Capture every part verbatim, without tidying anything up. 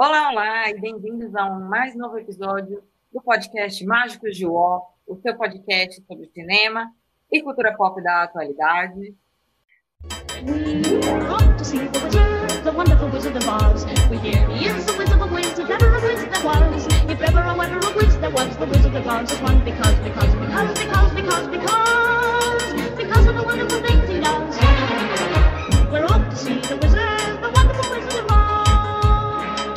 Olá, olá, e bem-vindos a um mais novo episódio do podcast Mágicos de Uó, o seu podcast sobre cinema e cultura pop da atualidade. We're off to see the wizard, the wonderful Wizard of Oz. We hear he is the Wizard of Wiz, if ever a wizard there was. If ever a wonder a wiz there was, the Wizard of Oz is one because, because, because, because, because, because, because of the wonderful things he does. We're off to see the wizard, the wonderful Wizard of Oz.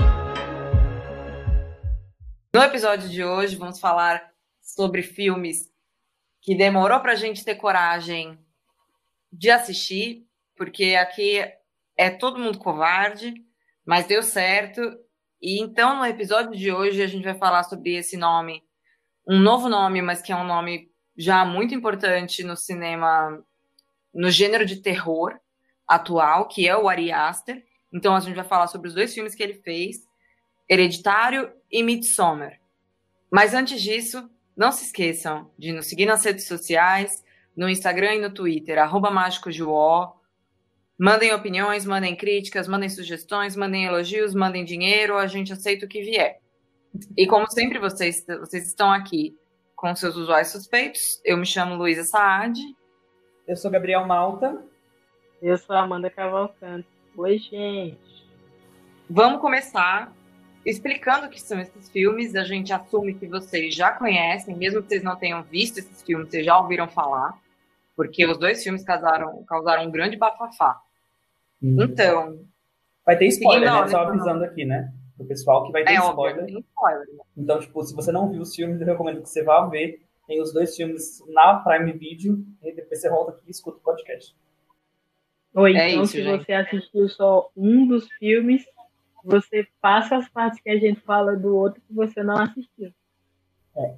No episódio de hoje, vamos falar sobre filmes que demorou pra gente ter coragem de assistir, porque aqui é todo mundo covarde, mas deu certo. E então, no episódio de hoje, a gente vai falar sobre esse nome, um novo nome, mas que é um nome já muito importante no cinema, no gênero de terror atual, que é o Ari Aster. Então, a gente vai falar sobre os dois filmes que ele fez, Hereditário e Midsommar. Mas antes disso, não se esqueçam de nos seguir nas redes sociais, no Instagram e no Twitter, arroba Mágicos de Uó. Mandem opiniões, mandem críticas, mandem sugestões, mandem elogios, mandem dinheiro, a gente aceita o que vier. E como sempre, vocês, vocês estão aqui com seus usuários suspeitos. Eu me chamo Luísa Saad. Eu sou Gabriel Malta. Eu sou Amanda Cavalcante. Oi, gente. Vamos começar explicando o que são esses filmes. A gente assume que vocês já conhecem, mesmo que vocês não tenham visto esses filmes, vocês já ouviram falar, porque os dois filmes causaram, causaram um grande bafafá. Hum. Então... Vai ter spoiler, né? Só avisando aqui, né? Pro pessoal que vai ter é, spoiler. Óbvio, tem spoiler. Então, tipo, se você não viu os filmes, eu recomendo que você vá ver. Tem os dois filmes na Prime Video e depois você volta aqui e escuta o podcast. Ou então, é isso, se gente. você assistiu só um dos filmes, você passa as partes que a gente fala do outro que você não assistiu. É.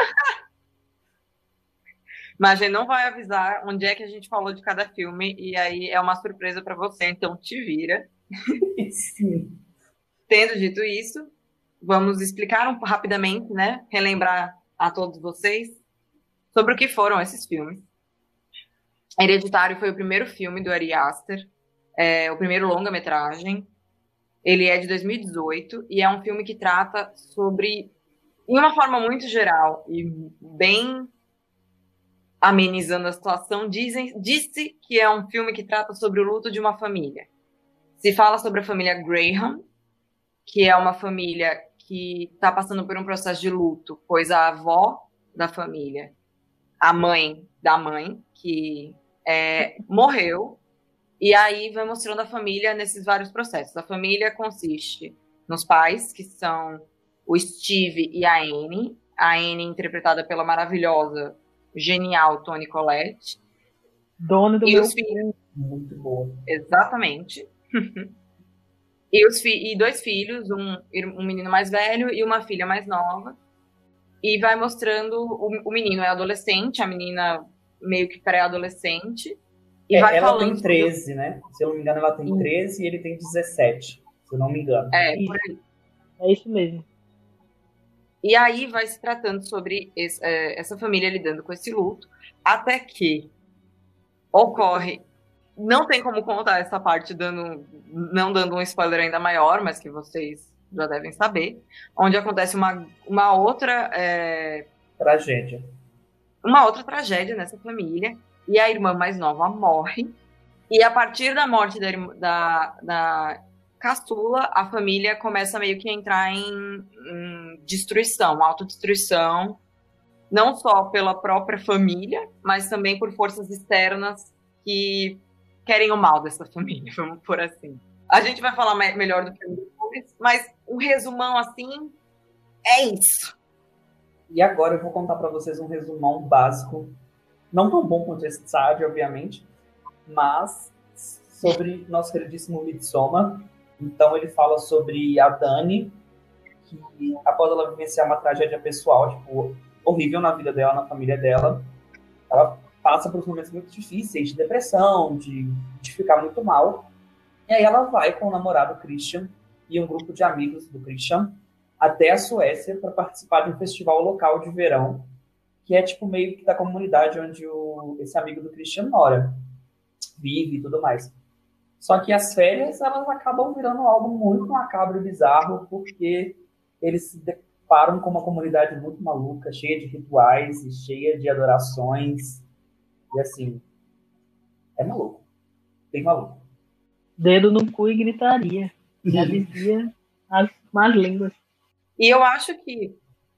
Mas a gente não vai avisar onde é que a gente falou de cada filme, e aí é uma surpresa para você, então te vira. Sim. Tendo dito isso, vamos explicar um, rapidamente, né? Relembrar a todos vocês sobre o que foram esses filmes. Hereditário foi o primeiro filme do Ari Aster, é, o primeiro longa-metragem. Ele é de dois mil e dezoito e é um filme que trata sobre, em uma forma muito geral e bem amenizando a situação, dizem, disse que é um filme que trata sobre o luto de uma família. Se fala sobre a família Graham, que é uma família que está passando por um processo de luto, pois a avó da família, a mãe da mãe, que é, morreu, e aí vai mostrando a família nesses vários processos. A família consiste nos pais, que são o Steve e a Annie, a Annie interpretada pela maravilhosa, genial Toni Collette. Dono do e meu os filhos. Muito boa. Exatamente. e, os fi... e dois filhos, um, um menino mais velho e uma filha mais nova. E vai mostrando, o, o menino é adolescente, a menina meio que pré-adolescente. E é, vai ela falando tem treze, né? Se eu não me engano, ela tem treze e ele tem dezessete, se eu não me engano. É, isso. por aí. É isso mesmo. E aí vai se tratando sobre esse, é, essa família lidando com esse luto, até que ocorre... Não tem como contar essa parte dando, não dando um spoiler ainda maior, mas que vocês já devem saber, onde acontece uma, uma outra... É, tragédia. Uma outra tragédia nessa família, e a irmã mais nova morre, e a partir da morte da, da, da caçula, a família começa meio que a entrar em, em destruição, autodestruição, não só pela própria família, mas também por forças externas que querem o mal dessa família, vamos por assim. A gente vai falar me- melhor do filme depois, mas um resumão assim, é isso. E agora eu vou contar para vocês um resumão básico, não tão bom quanto esse Saad, obviamente, mas sobre nosso queridíssimo Midsommar. Então ele fala sobre a Dani, que após ela vivenciar uma tragédia pessoal, tipo, horrível na vida dela, na família dela, ela passa por momentos muito difíceis, de depressão, de, de ficar muito mal. E aí ela vai com o namorado Christian e um grupo de amigos do Christian até a Suécia para participar de um festival local de verão, que é tipo meio que da comunidade onde o, esse amigo do Christian mora, vive e tudo mais. Só que as férias, elas acabam virando algo muito macabro e bizarro, porque eles se deparam com uma comunidade muito maluca, cheia de rituais e cheia de adorações. E assim, é maluco. Bem maluco. Dedo no cu e gritaria. Já dizia as más línguas. E eu acho que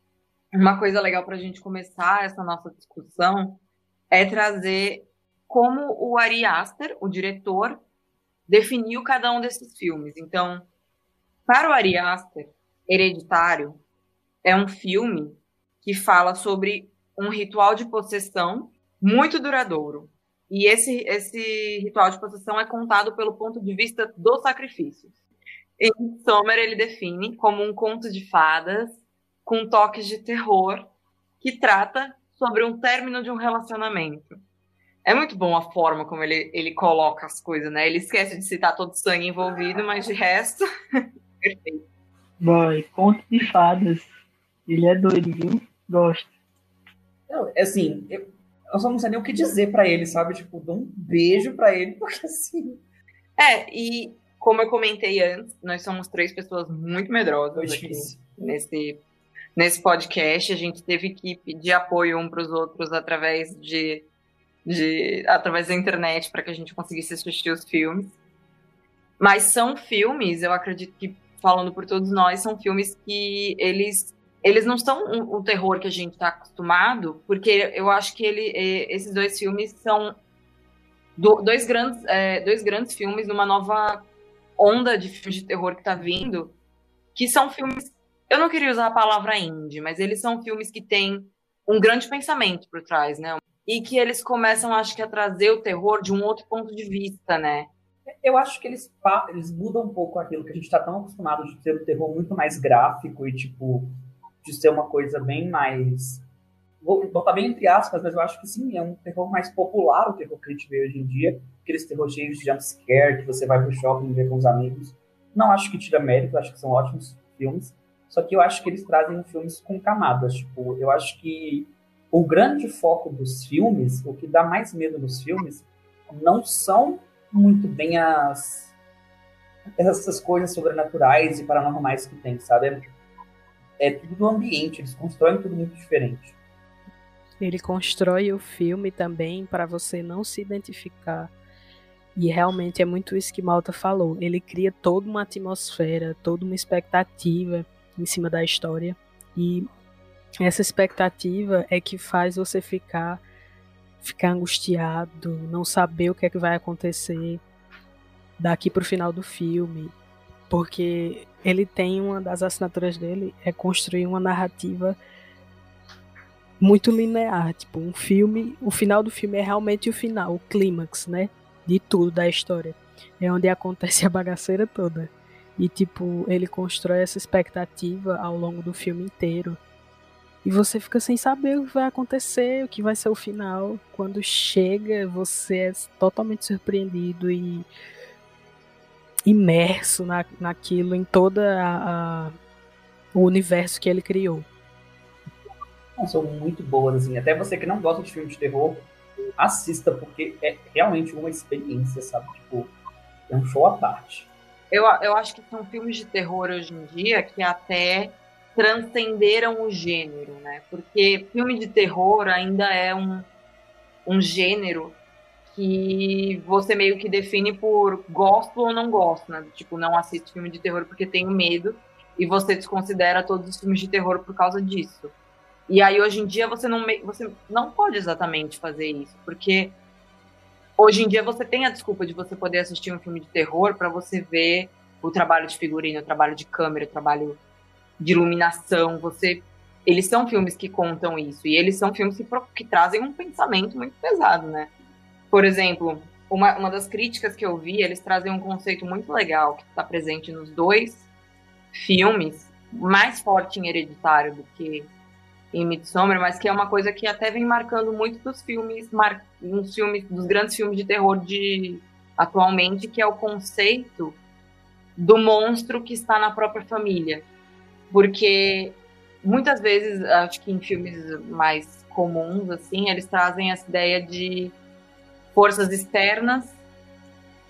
uma coisa legal para a gente começar essa nossa discussão é trazer como o Ari Aster, o diretor, definiu cada um desses filmes. Então, para o Ari Aster, Hereditário é um filme que fala sobre um ritual de possessão muito duradouro. E esse, esse ritual de possessão é contado pelo ponto de vista dos sacrifícios. E Sommer ele define como um conto de fadas com toques de terror que trata sobre um término de um relacionamento. É muito bom a forma como ele, ele coloca as coisas, né? Ele esquece de citar todo o sangue envolvido, mas de resto, perfeito. Boy, conto de fadas. Ele é doido, viu? Gosto. Não, assim, eu, eu só não sei nem o que dizer pra ele, sabe? Tipo, dou um beijo pra ele, porque assim... É, e como eu comentei antes, nós somos três pessoas muito medrosas aqui nesse, nesse podcast. A gente teve que pedir apoio um pros outros através de... De, através da internet para que a gente conseguisse assistir os filmes. Mas são filmes, eu acredito que, falando por todos nós, são filmes que eles, eles não são um, um terror que a gente está acostumado, porque eu acho que ele, esses dois filmes são do, dois, grandes, é, dois grandes filmes numa nova onda de filmes de terror que está vindo, que são filmes, eu não queria usar a palavra indie, mas eles são filmes que têm um grande pensamento por trás, né? E que eles começam, acho que, a trazer o terror de um outro ponto de vista, né? Eu acho que eles, eles mudam um pouco aquilo que a gente está tão acostumado de ter um terror muito mais gráfico e, tipo, de ser uma coisa bem mais... Vou botar bem entre aspas, mas eu acho que sim, é um terror mais popular, o terror que a gente vê hoje em dia. Aqueles terror cheios de jumpscare, que você vai pro shopping ver com os amigos. Não acho que tira mérito, acho que são ótimos filmes. Só que eu acho que eles trazem filmes com camadas. Tipo, eu acho que o grande foco dos filmes, o que dá mais medo nos filmes, não são muito bem as essas coisas sobrenaturais e paranormais que tem, sabe? É, é tudo do ambiente, eles constroem tudo muito diferente. Ele constrói o filme também para você não se identificar. E realmente é muito isso que Malta falou. Ele cria toda uma atmosfera, toda uma expectativa em cima da história. E essa expectativa é que faz você ficar, ficar angustiado, não saber o que é que vai acontecer daqui pro final do filme. Porque ele tem, uma das assinaturas dele é construir uma narrativa muito linear. Tipo, um filme, o final do filme é realmente o final, o clímax, né? De tudo, da história. É onde acontece a bagaceira toda. E, tipo, ele constrói essa expectativa ao longo do filme inteiro. E você fica sem saber o que vai acontecer, o que vai ser o final. Quando chega, você é totalmente surpreendido e imerso na, naquilo, em todo o universo que ele criou. Não, são muito boas, assim. Até você que não gosta de filme de terror, assista, porque é realmente uma experiência, sabe? Tipo, é um show à parte. Eu, eu acho que são filmes de terror hoje em dia que até transcenderam o gênero, né? Porque filme de terror ainda é um, um gênero que você meio que define por gosto ou não gosto, né? Tipo, não assiste filme de terror porque tenho medo e você desconsidera todos os filmes de terror por causa disso. E aí, hoje em dia, você não, você não pode exatamente fazer isso, porque hoje em dia você tem a desculpa de você poder assistir um filme de terror para você ver o trabalho de figurino, o trabalho de câmera, o trabalho de iluminação. Você... Eles são filmes que contam isso, e eles são filmes que, que trazem um pensamento muito pesado, né? Por exemplo, uma, uma das críticas que eu vi, eles trazem um conceito muito legal, que está presente nos dois filmes, mais forte em Hereditário do que em Midsommar, mas que é uma coisa que até vem marcando muito dos filmes, mar... nos filmes, dos grandes filmes de terror de atualmente, que é o conceito do monstro que está na própria família. Porque muitas vezes, acho que em filmes mais comuns, assim, eles trazem essa ideia de forças externas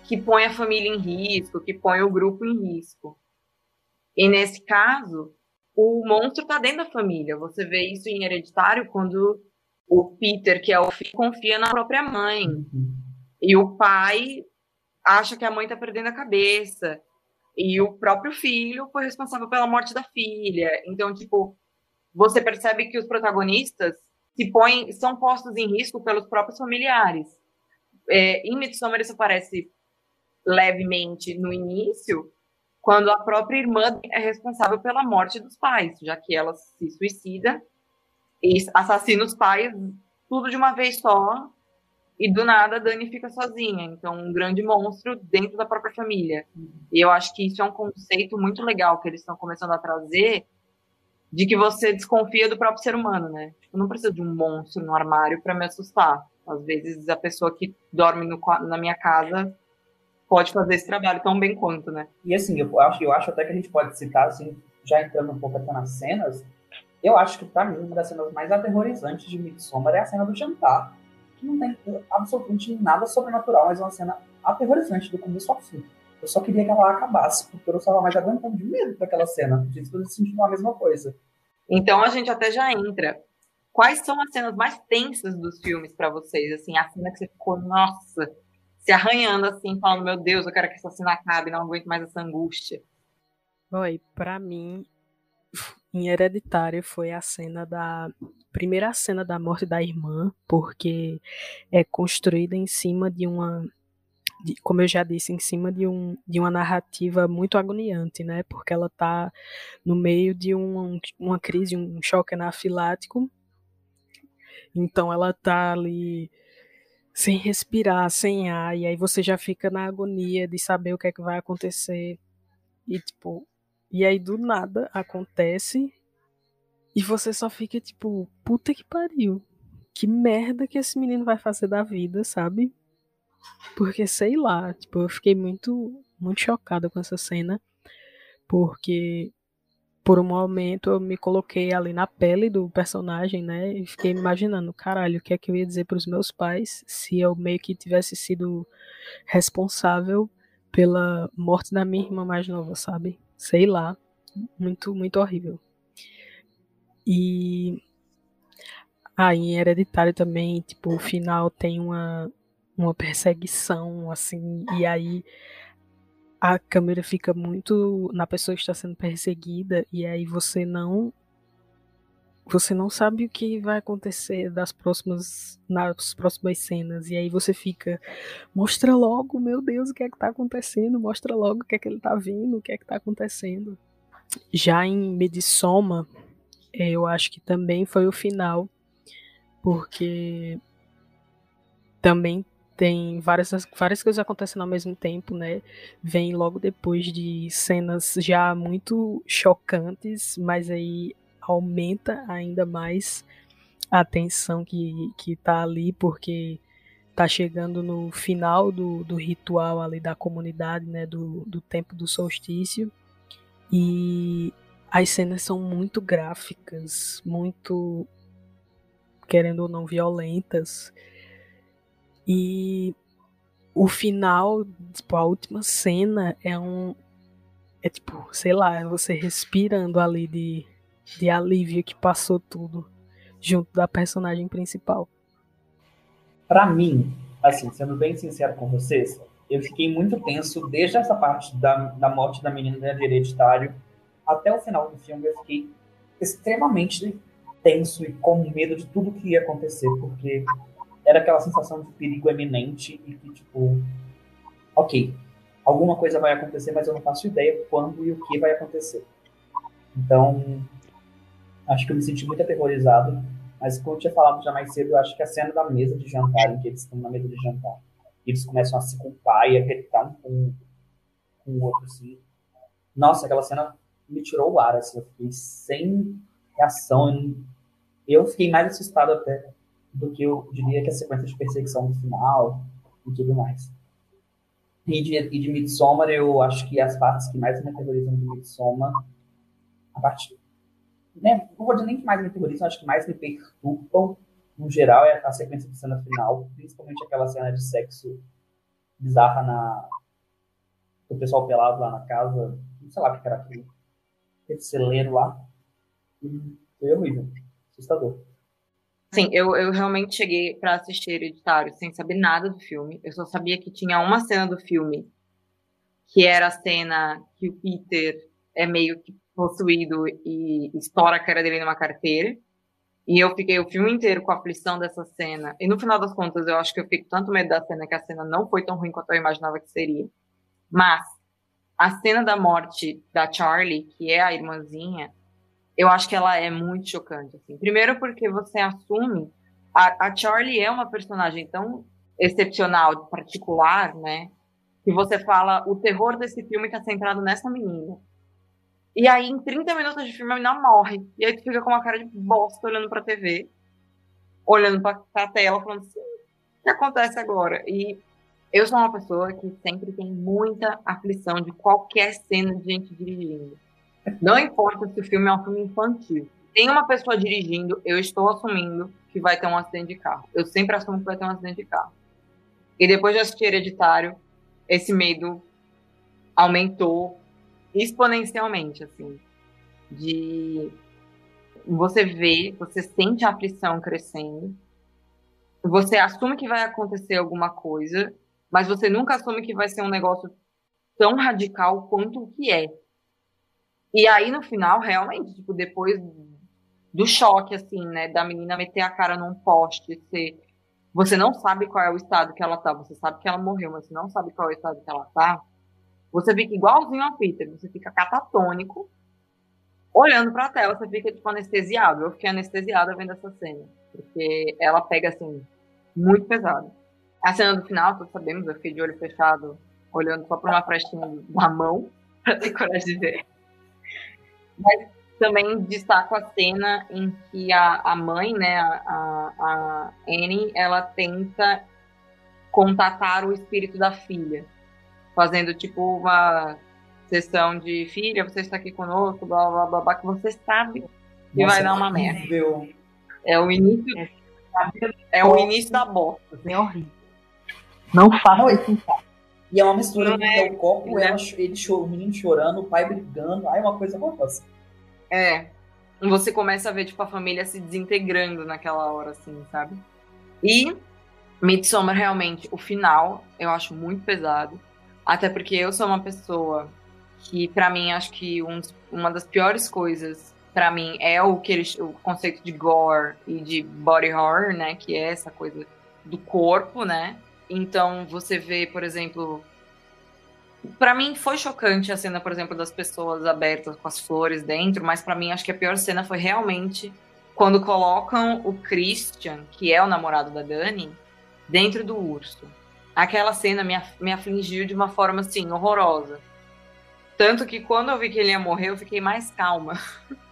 que põe a família em risco, que põe o grupo em risco. E nesse caso, o monstro está dentro da família. Você vê isso em Hereditário quando o Peter, que é o filho, confia na própria mãe. Uhum. E o pai acha que a mãe está perdendo a cabeça. E o próprio filho foi responsável pela morte da filha. Então, tipo, você percebe que os protagonistas se põem, são postos em risco pelos próprios familiares. É, em Midsommar isso aparece levemente no início, quando a própria irmã é responsável pela morte dos pais, já que ela se suicida e assassina os pais tudo de uma vez só, e do nada a Dani fica sozinha. Então, um grande monstro dentro da própria família. E eu acho que isso é um conceito muito legal que eles estão começando a trazer, de que você desconfia do próprio ser humano, né? Tipo, não preciso de um monstro no armário para me assustar. Às vezes a pessoa que dorme no, na minha casa pode fazer esse trabalho tão bem quanto, né? E assim, eu acho, eu acho até que a gente pode citar, assim, já entrando um pouco até nas cenas, eu acho que pra mim uma das cenas mais aterrorizantes de Midsommar é a cena do jantar, que não tem absolutamente nada sobrenatural, mas é uma cena aterrorizante do começo ao fim. Eu só queria que ela acabasse, porque eu não estava mais aguentando de medo daquela cena. Não sei se vocês sentiram a mesma coisa. Então a gente até já entra. Quais são as cenas mais tensas dos filmes pra vocês? Assim, a cena que você ficou, nossa, se arranhando assim, falando, meu Deus, eu quero que essa cena acabe, não aguento mais essa angústia. Oi, pra mim, em Hereditário foi a cena da primeira cena da morte da irmã, porque é construída em cima de uma, de, como eu já disse, em cima de, um, de uma narrativa muito agoniante, né? Porque ela tá no meio de um, uma crise, um choque anafilático. Então ela tá ali sem respirar, sem ar, e aí você já fica na agonia de saber o que é que vai acontecer. E tipo, e aí do nada acontece e você só fica tipo, puta que pariu. Que merda que esse menino vai fazer da vida, sabe? Porque sei lá, tipo, eu fiquei muito muito chocada com essa cena, porque por um momento eu me coloquei ali na pele do personagem, né? E fiquei imaginando, caralho, o que é que eu ia dizer pros meus pais se eu meio que tivesse sido responsável pela morte da minha irmã mais nova, sabe? Sei lá. Muito, muito horrível. E ah, em Hereditário também, tipo, o final tem uma, uma perseguição, assim, e aí a câmera fica muito na pessoa que está sendo perseguida, e aí você não você não sabe o que vai acontecer das próximas, nas próximas cenas, e aí você fica, mostra logo, meu Deus, o que é que tá acontecendo, mostra logo o que é que ele tá vendo, o que é que tá acontecendo. Já em Midsommar, eu acho que também foi o final, porque também tem várias, várias coisas acontecendo ao mesmo tempo, né? Vem logo depois de cenas já muito chocantes, mas aí aumenta ainda mais a tensão que, que tá ali, porque tá chegando no final do, do ritual ali da comunidade, né? Do, do tempo do solstício. E as cenas são muito gráficas, muito, querendo ou não, violentas. E o final, tipo, a última cena é um... É tipo, sei lá, é você respirando ali de, de alívio que passou tudo junto da personagem principal. Pra mim, assim, sendo bem sincero com vocês, eu fiquei muito tenso desde essa parte da, da morte da menina de Hereditário até o final do filme. Eu fiquei extremamente tenso e com medo de tudo que ia acontecer, porque era aquela sensação de perigo eminente e que, tipo, ok, alguma coisa vai acontecer, mas eu não faço ideia quando e o que vai acontecer. Então, acho que eu me senti muito aterrorizado, mas como eu tinha falado já mais cedo, eu acho que a cena da mesa de jantar, em que eles estão na mesa de jantar, e eles começam a se culpar e a gritar um com, com o outro, assim. Nossa, aquela cena me tirou o ar, assim, eu fiquei sem reação. Eu fiquei mais assustado até do que eu diria que a sequência de perseguição no final e tudo mais. E de, e de Midsommar, eu acho que as partes que mais me aterrorizam de Midsommar, a parte, né, não vou dizer nem que mais me aterrorizam, acho que mais me perturbam, no geral, é a sequência de cena final, principalmente aquela cena de sexo bizarra na, o pessoal pelado lá na casa, não sei lá o que era aquilo, aquele celeiro lá. E foi horrível, assustador. Sim, eu, eu realmente cheguei pra assistir Hereditário sem saber nada do filme. Eu só sabia que tinha uma cena do filme, que era a cena que o Peter é meio que possuído e estoura a cara dele numa carteira. E eu fiquei o filme inteiro com a aflição dessa cena. E no final das contas, eu acho que eu fiquei com tanto medo da cena que a cena não foi tão ruim quanto eu imaginava que seria. Mas a cena da morte da Charlie, que é a irmãzinha, eu acho que ela é muito chocante. Assim. Primeiro porque você assume... A, a Charlie é uma personagem tão excepcional, particular, né? Que você fala, o terror desse filme está centrado nessa menina. E aí, em trinta minutos de filme, a menina morre. E aí tu fica com uma cara de bosta olhando pra T V, olhando pra, pra tela, falando assim, o que acontece agora? E eu sou uma pessoa que sempre tem muita aflição de qualquer cena de gente dirigindo. Não importa se o filme é um filme infantil. Tem uma pessoa dirigindo, eu estou assumindo que vai ter um acidente de carro. Eu sempre assumo que vai ter um acidente de carro. E depois de assistir Hereditário, esse medo aumentou exponencialmente, assim, de você ver, você sente a aflição crescendo, você assume que vai acontecer alguma coisa, mas você nunca assume que vai ser um negócio tão radical quanto o que é. E aí, no final, realmente, tipo, depois do choque, assim, né, da menina meter a cara num poste, você, você não sabe qual é o estado que ela tá, você sabe que ela morreu, mas você não sabe qual é o estado que ela tá, você fica igualzinho ao Peter, você fica catatônico, olhando pra tela, você fica, tipo, anestesiado. Eu fiquei anestesiada vendo essa cena, porque ela pega, assim, muito pesado. A cena do final, todos sabemos, eu fiquei de olho fechado, olhando só pra uma frestinha da mão, pra ter coragem de ver. Mas também destaco a cena em que a, a mãe, né, a, a Annie, ela tenta contatar o espírito da filha, fazendo, tipo, uma sessão de filha, você está aqui conosco, blá, blá, blá, blá, que você sabe que Nossa, vai dar uma merda. horrível. É o início, é o início da bosta. É horrível. Não faça Não, isso em casa. E é uma mistura Não do é, é, o corpo, né? ela, ele, o menino chorando, o pai brigando. Ai, é uma coisa horrorosa. É. E você começa a ver, tipo, a família se desintegrando naquela hora, assim, sabe? E Midsommar, realmente, o final, eu acho muito pesado. Até porque eu sou uma pessoa que, pra mim, acho que um, uma das piores coisas, pra mim, é o, que eles, o conceito de gore e de body horror, né? Que é essa coisa do corpo, né? Então, você vê, por exemplo... Pra mim, foi chocante a cena, por exemplo, das pessoas abertas com as flores dentro, mas pra mim, acho que a pior cena foi realmente quando colocam o Christian, que é o namorado da Dani, dentro do urso. Aquela cena me, me afligiu de uma forma, assim, horrorosa. Tanto que quando eu vi que ele ia morrer, eu fiquei mais calma.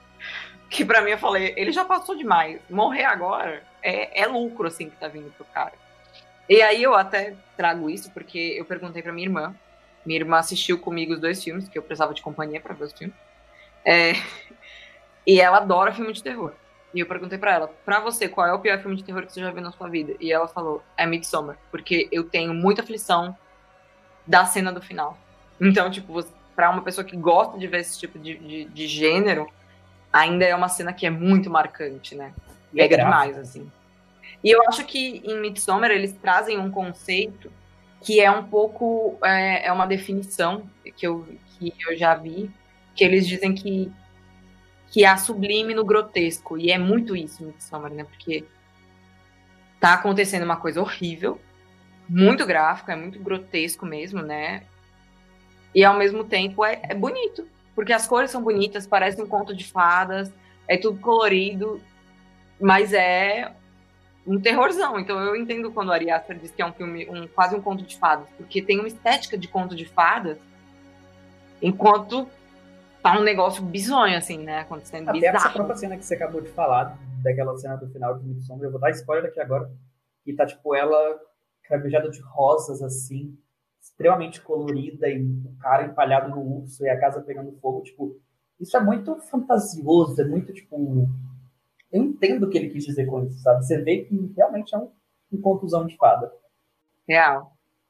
Que pra mim, eu falei, ele já passou demais. Morrer agora é, é lucro, assim, que tá vindo pro cara. E aí eu até trago isso, porque eu perguntei pra minha irmã. Minha irmã assistiu comigo os dois filmes, que eu precisava de companhia pra ver os filmes. É... E ela adora filme de terror. E eu perguntei pra ela, pra você, qual é o pior filme de terror que você já viu na sua vida? E ela falou, é Midsommar, porque eu tenho muita aflição da cena do final. Então, tipo, pra uma pessoa que gosta de ver esse tipo de, de, de gênero, ainda é uma cena que é muito marcante, né? Pega É demais, assim. E eu acho que em Midsommar eles trazem um conceito que é um pouco, é, é uma definição que eu, que eu já vi, que eles dizem que que há sublime no grotesco, e é muito isso, Midsommar, né, porque tá acontecendo uma coisa horrível, muito gráfico, é muito grotesco mesmo, né, e ao mesmo tempo é, é bonito, porque as cores são bonitas, parece um conto de fadas, é tudo colorido, mas é um terrorzão. Então eu entendo quando o Ari Aster diz que é um filme, um, quase um conto de fadas, porque tem uma estética de conto de fadas, enquanto tá um negócio bizonho, assim, né, acontecendo, Até bizarro. essa própria cena que você acabou de falar, daquela cena do final de Midsommar, eu vou dar spoiler aqui agora, e tá, tipo, ela cravejada de rosas, assim, extremamente colorida, e o cara empalhado no urso, e a casa pegando fogo, tipo, isso é muito fantasioso, é muito, tipo... Eu entendo o que ele quis dizer com isso, sabe? Você vê que realmente é um, um contusão de fada. Real.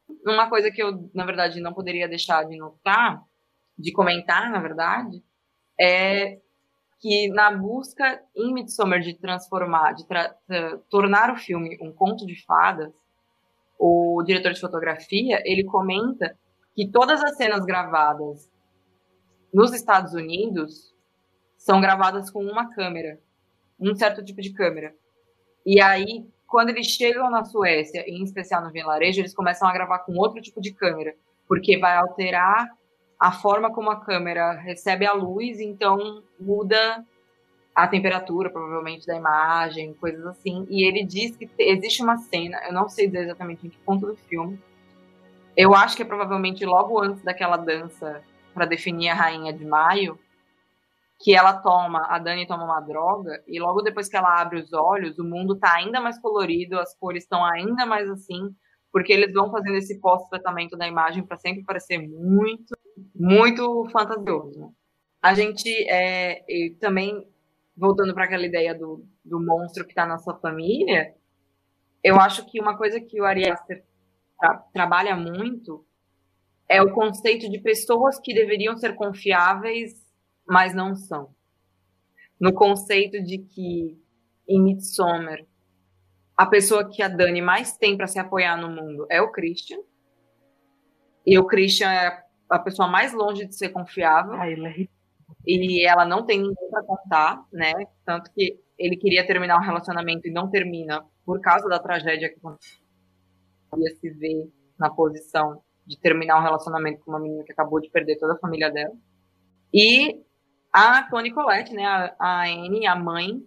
Uma coisa que eu, na verdade, não poderia deixar de notar, de comentar, na verdade, é que na busca em Midsommar de transformar, de tra- tra- tornar o filme um conto de fadas, o diretor de fotografia, ele comenta que todas as cenas gravadas nos Estados Unidos são gravadas com uma câmera, um certo tipo de câmera. E aí, quando eles chegam na Suécia, em especial no vilarejo, eles começam a gravar com outro tipo de câmera, porque vai alterar a forma como a câmera recebe a luz, então muda a temperatura, provavelmente, da imagem, coisas assim. E ele diz que existe uma cena, eu não sei dizer exatamente em que ponto do filme, eu acho que é provavelmente logo antes daquela dança para definir a Rainha de Maio, que ela toma, a Dani toma uma droga, e logo depois que ela abre os olhos, o mundo tá ainda mais colorido, as cores estão ainda mais assim, porque eles vão fazendo esse pós-tratamento da imagem para sempre parecer muito, muito fantasioso, né? A gente é, e também, voltando para aquela ideia do, do monstro que está na sua família, eu acho que uma coisa que o Ari Aster tra- trabalha muito é o conceito de pessoas que deveriam ser confiáveis, mas não são. No conceito de que, em Midsommar, a pessoa que a Dani mais tem para se apoiar no mundo é o Christian, e o Christian é a pessoa mais longe de ser confiável, Ah, ele é ri- e ela não tem ninguém para contar, né? Tanto que ele queria terminar o relacionamento e não termina por causa da tragédia que aconteceu. Ia se ver na posição de terminar um relacionamento com uma menina que acabou de perder toda a família dela. E a Toni Collette, né, a, a Anne, a mãe,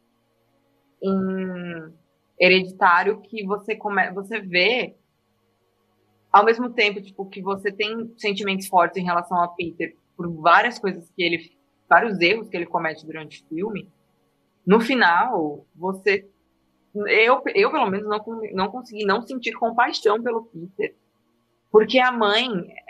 em Hereditário, que você, come, você vê, ao mesmo tempo, tipo, que você tem sentimentos fortes em relação a Peter por várias coisas que ele, vários erros que ele comete durante o filme, no final, você, eu, eu pelo menos não, não consegui não sentir compaixão pelo Peter, porque a mãe,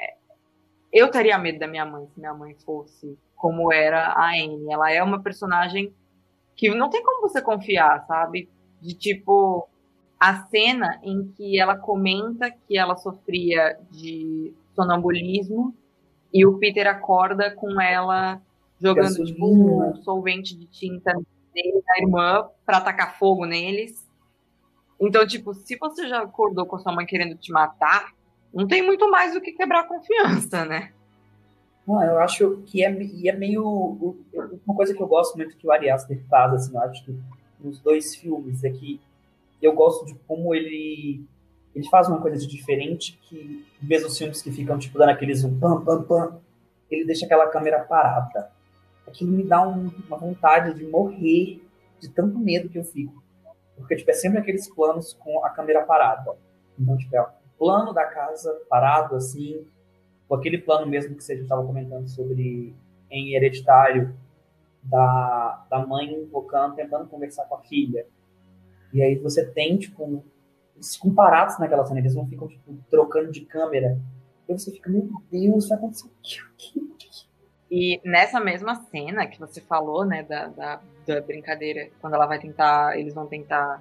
eu teria medo da minha mãe se minha mãe fosse como era a Anne. Ela é uma personagem que não tem como você confiar, sabe? De tipo, a cena em que ela comenta que ela sofria de sonambulismo e o Peter acorda com ela jogando Gasolina. tipo um solvente de tinta nele, na irmã, pra atacar fogo neles. Então, tipo, se você já acordou com a sua mãe querendo te matar, não tem muito mais do que quebrar a confiança, né? Não, eu acho que é, e é meio. Uma coisa que eu gosto muito que o Ari Aster faz, assim, eu acho que nos dois filmes, é que eu gosto de como ele. Ele faz uma coisa de diferente que, em vez dos filmes que ficam, tipo, dando aqueles um pam, pam, pam, ele deixa aquela câmera parada. Aquilo me dá um, uma vontade de morrer de tanto medo que eu fico. Porque, tipo, é sempre aqueles planos com a câmera parada. Então, tipo, é o plano da casa parado, assim, com aquele plano mesmo que você estava comentando sobre em Hereditário, da, da mãe invocando, tentando conversar com a filha. E aí você tem, tipo, eles ficam parados naquela cena, eles não ficam, tipo, trocando de câmera. E você fica, meu Deus, vai acontecer o quê? E nessa mesma cena que você falou, né, da, da, da brincadeira, quando ela vai tentar, eles vão tentar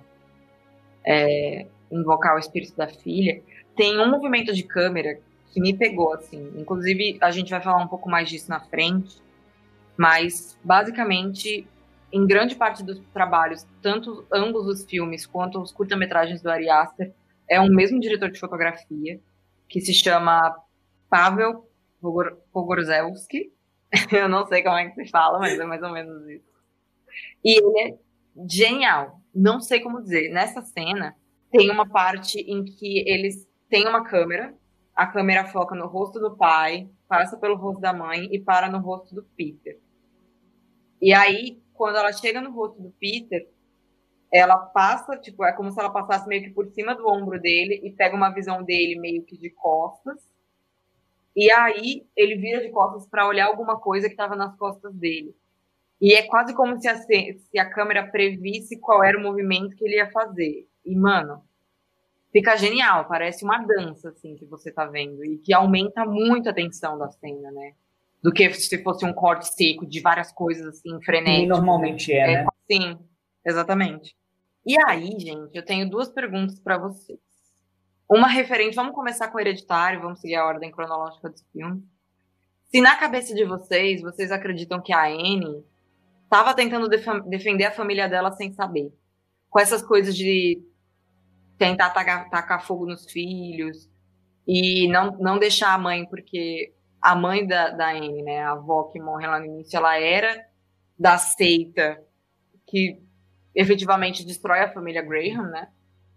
é, invocar o espírito da filha, tem um movimento de câmera que me pegou, assim. Inclusive, a gente vai falar um pouco mais disso na frente, mas, basicamente, em grande parte dos trabalhos, tanto ambos os filmes quanto os curta-metragens do Ari Aster, é um mesmo diretor de fotografia, que se chama Pavel Pogorzelski. Eu não sei como é que se fala, mas é mais ou menos isso. E ele é genial. Não sei como dizer. Nessa cena, tem uma parte em que eles têm uma câmera, a câmera foca no rosto do pai, passa pelo rosto da mãe e para no rosto do Peter. E aí, quando ela chega no rosto do Peter, ela passa, tipo, é como se ela passasse meio que por cima do ombro dele e pega uma visão dele meio que de costas. E aí ele vira de costas para olhar alguma coisa que estava nas costas dele. E é quase como se a, se a câmera previsse qual era o movimento que ele ia fazer. E, mano, fica genial. Parece uma dança, assim, que você tá vendo. E que aumenta muito a tensão da cena, né? Do que se fosse um corte seco de várias coisas, assim, frenéticas. E normalmente é, é, né? Sim, exatamente. E aí, gente, eu tenho duas perguntas para vocês. Uma referente, vamos começar com Hereditário, vamos seguir a ordem cronológica dos filmes. Se na cabeça de vocês, vocês acreditam que a Anne estava tentando def- defender a família dela sem saber, com essas coisas de tentar tacar, tacar fogo nos filhos e não, não deixar a mãe, porque a mãe da, da Anne, né, a avó que morre lá no início, ela era da seita que efetivamente destrói a família Graham, né?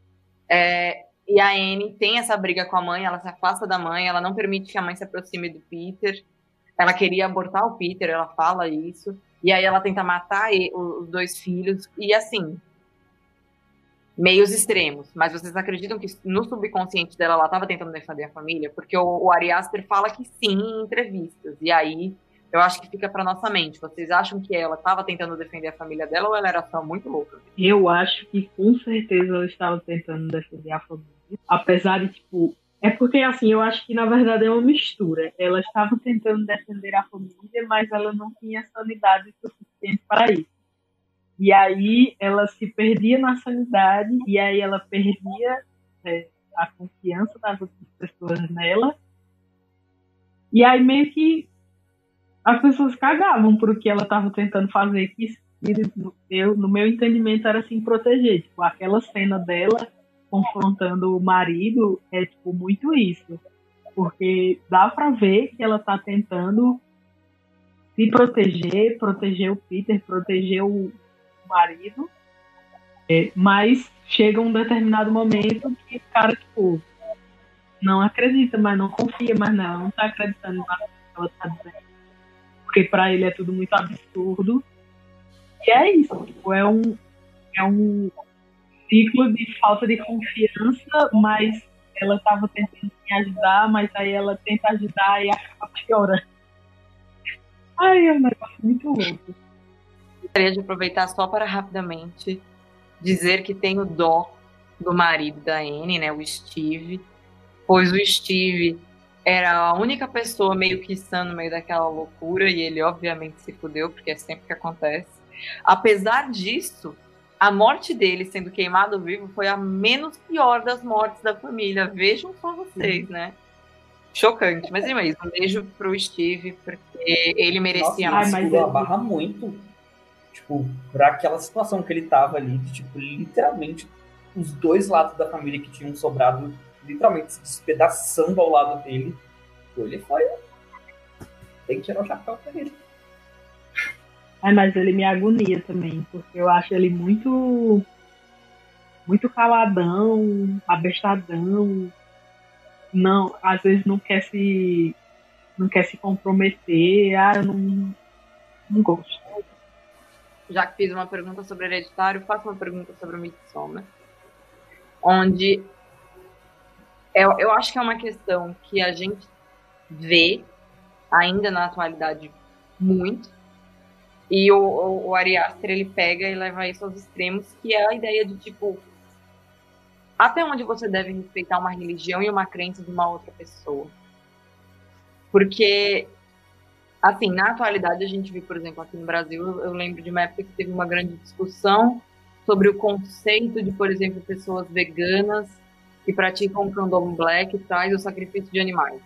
É, e a Anne tem essa briga com a mãe, ela se afasta da mãe, ela não permite que a mãe se aproxime do Peter. Ela queria abortar o Peter, ela fala isso. E aí ela tenta matar os dois filhos. E assim, meios extremos. Mas vocês acreditam que no subconsciente dela ela estava tentando defender a família? Porque o, o Ari Aster fala que sim em entrevistas. E aí eu acho que fica para nossa mente. Vocês acham que ela estava tentando defender a família dela ou ela era só muito louca? Eu acho que com certeza ela estava tentando defender a família. Apesar de, tipo... É porque, assim, eu acho que, na verdade, é uma mistura. Ela estava tentando defender a família, mas ela não tinha sanidade suficiente para isso. E aí ela se perdia na sanidade, e aí ela perdia é, a confiança das outras pessoas nela. E aí meio que as pessoas cagavam por o que ela estava tentando fazer, que eu, no meu entendimento era assim, proteger. Tipo, aquela cena dela confrontando o marido é tipo muito isso, porque dá pra ver que ela tá tentando se proteger, proteger o Peter, proteger o marido, é, mas chega um determinado momento que o cara tipo não acredita, mas não confia mais nela, não tá acreditando na que ela tá dizendo, porque pra ele é tudo muito absurdo. E é isso, tipo, é um é um ciclo de falta de confiança, mas ela estava tentando me ajudar, mas aí ela tenta ajudar e acaba piorando. Ai, é um negócio muito louco. Gostaria de aproveitar só para rapidamente dizer que tenho dó do marido da Anne, né, o Steve, pois o Steve era a única pessoa meio que sã no meio daquela loucura e ele obviamente se fudeu, porque é sempre que acontece. Apesar disso, a morte dele sendo queimado vivo foi a menos pior das mortes da família. Vejam só vocês, né? Chocante. Mas, é isso. Um beijo pro Steve, porque ele merecia mais. Ai, Mas mas ele barra muito, tipo, pra aquela situação que ele tava ali, de, tipo, literalmente, os dois lados da família que tinham sobrado, literalmente se despedaçando ao lado dele. Ele foi... Tem que tirar o chapéu pra ele. Ai, mas ele me agonia também, porque eu acho ele muito muito caladão, abestadão, não, às vezes não quer se não quer se comprometer, ah, eu não, não gosto. Já que fiz uma pergunta sobre Hereditário, faço uma pergunta sobre o Midsommar, onde eu, eu acho que é uma questão que a gente vê ainda na atualidade muito. E o, o, o Ari Aster, ele pega e leva isso aos extremos, que é a ideia de, tipo, até onde você deve respeitar uma religião e uma crença de uma outra pessoa. Porque, assim, na atualidade a gente vê, por exemplo, aqui no Brasil, eu lembro de uma época que teve uma grande discussão sobre o conceito de, por exemplo, pessoas veganas que praticam o candomblé, que traz o sacrifício de animais.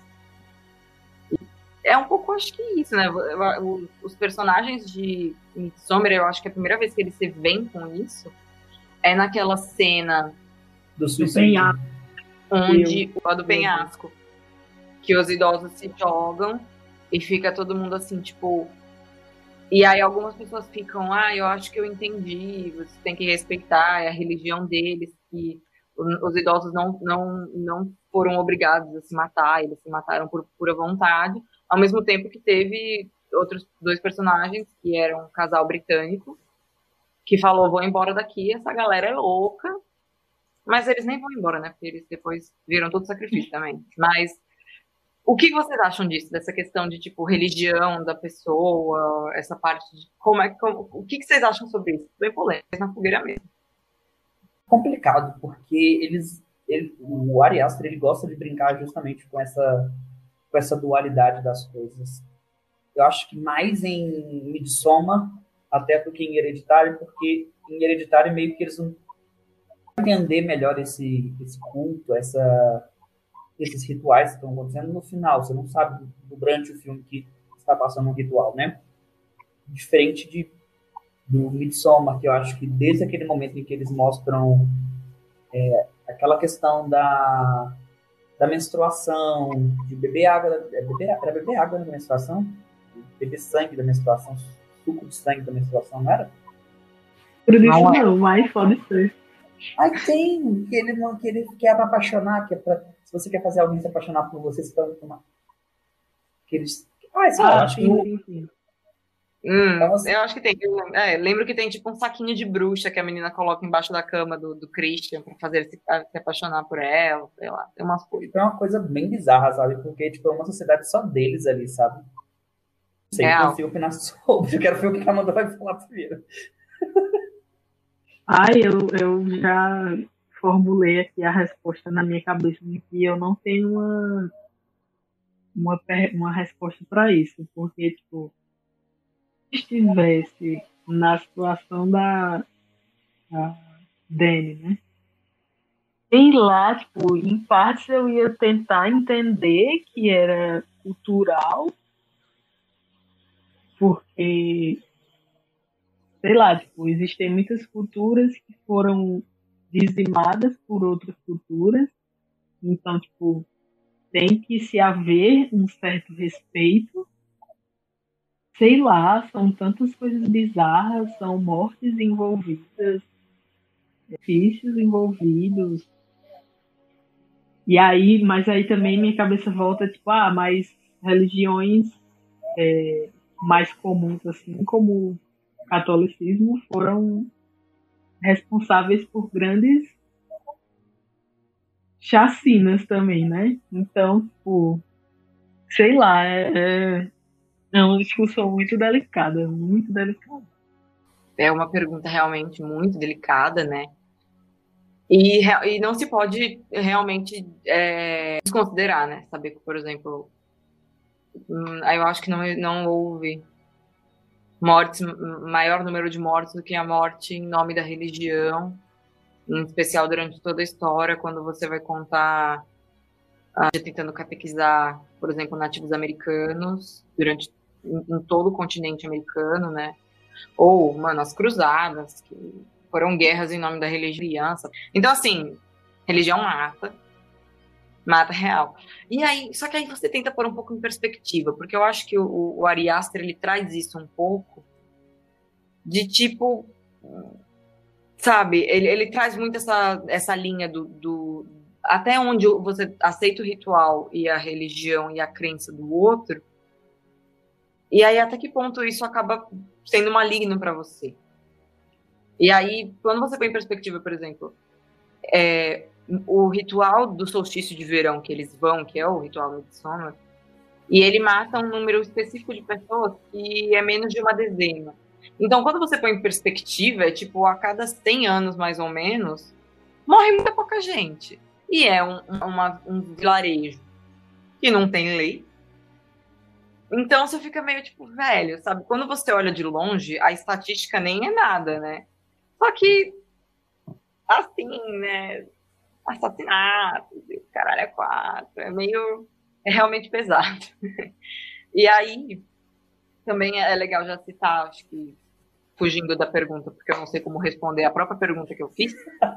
É um pouco, acho que isso, né? Os personagens de Midsommar, eu acho que a primeira vez que eles se veem com isso é naquela cena do suicídio, onde o do penhasco, que os idosos se jogam e fica todo mundo assim, tipo... E aí algumas pessoas ficam, ah, eu acho que eu entendi, você tem que respeitar, é a religião deles, que os idosos não, não, não foram obrigados a se matar, eles se mataram por pura vontade. Ao mesmo tempo que teve outros dois personagens, que eram um casal britânico, que falou, vou embora daqui, essa galera é louca. Mas eles nem vão embora, né? Porque eles depois viram todo sacrifício também. Mas o que vocês acham disso? Dessa questão de, tipo, religião da pessoa, essa parte de... Como é, como, o que vocês acham sobre isso? Bem polêmico, na fogueira mesmo. Complicado, porque eles... Ele, o Ari Aster, ele gosta de brincar justamente com essa... com essa dualidade das coisas. Eu acho que mais em Midsommar até do que em Hereditário, porque em Hereditário meio que eles não entender melhor esse, esse culto, essa, esses rituais que estão acontecendo no final. Você não sabe durante o filme que está passando um ritual, né? Diferente de, do Midsommar, que eu acho que desde aquele momento em que eles mostram é, aquela questão da, da menstruação, de beber água, é beber, era beber água na menstruação? Beber sangue da menstruação, suco de sangue da menstruação, não era? Por isso não, não, mas pode ser. Aí tem, que ele, que ele quer apaixonar, que é pra, se você quer fazer alguém se apaixonar por você, você pode tomar. Que eles, ah, sei lá, Ah, acho que sim, sim, sim. Hum, Então, assim- eu acho que tem. É, lembro que tem tipo um saquinho de bruxa que a menina coloca embaixo da cama do, do Christian pra fazer ele se, se apaixonar por ela, sei lá, tem umas coisas. é uma coisa bem bizarra, sabe? Porque tipo, é uma sociedade só deles ali, sabe? Não sei, eu Real. consigo opinar sobre. Eu quero ver o que a Amanda vai falar primeiro. Ai, eu, eu já formulei aqui a resposta na minha cabeça de que eu não tenho uma, uma, per- uma resposta para isso, porque, tipo, se estivesse na situação da, da Dani, né? Sei lá, tipo, em partes eu ia tentar entender que era cultural, porque, sei lá, tipo, existem muitas culturas que foram dizimadas por outras culturas, então, tipo, tem que se haver um certo respeito. Sei lá, são tantas coisas bizarras, são mortes envolvidas, vícios envolvidos. E aí, mas aí também minha cabeça volta, tipo, ah, mas religiões é, mais comuns, assim, como o catolicismo, foram responsáveis por grandes chacinas também, né? Então, tipo, sei lá, é, é é uma discussão muito delicada, muito delicada. É uma pergunta realmente muito delicada, né? E, re- e não se pode realmente é, desconsiderar, né? Saber que, por exemplo, hum, eu acho que não, não houve mortes, maior número de mortes do que a morte em nome da religião, em especial durante toda a história, quando você vai contar, ah, tentando catequizar, por exemplo, nativos americanos, durante em, em todo o continente americano, né? Ou, mano, as cruzadas, que foram guerras em nome da religião. Então, assim, religião mata, mata real. E aí, só que aí você tenta pôr um pouco em perspectiva, porque eu acho que o, o Ari Aster, ele traz isso um pouco de tipo, sabe, ele, ele traz muito essa, essa linha do, do até onde você aceita o ritual e a religião e a crença do outro, e aí até que ponto isso acaba sendo maligno para você. E aí, quando você põe em perspectiva, por exemplo, é, o ritual do solstício de verão que eles vão, que é o ritual Midsommar, e ele mata um número específico de pessoas que é menos de uma dezena. Então, quando você põe em perspectiva, é tipo, a cada cem anos, mais ou menos, morre muita pouca gente. E é um, uma, um vilarejo que não tem lei. Então, você fica meio tipo, velho, sabe? Quando você olha de longe, a estatística nem é nada, né? Só que, assim, né? Assassinatos, e o caralho é quatro. É meio... É realmente pesado. E aí, também é legal já citar, acho que fugindo da pergunta, porque eu não sei como responder a própria pergunta que eu fiz,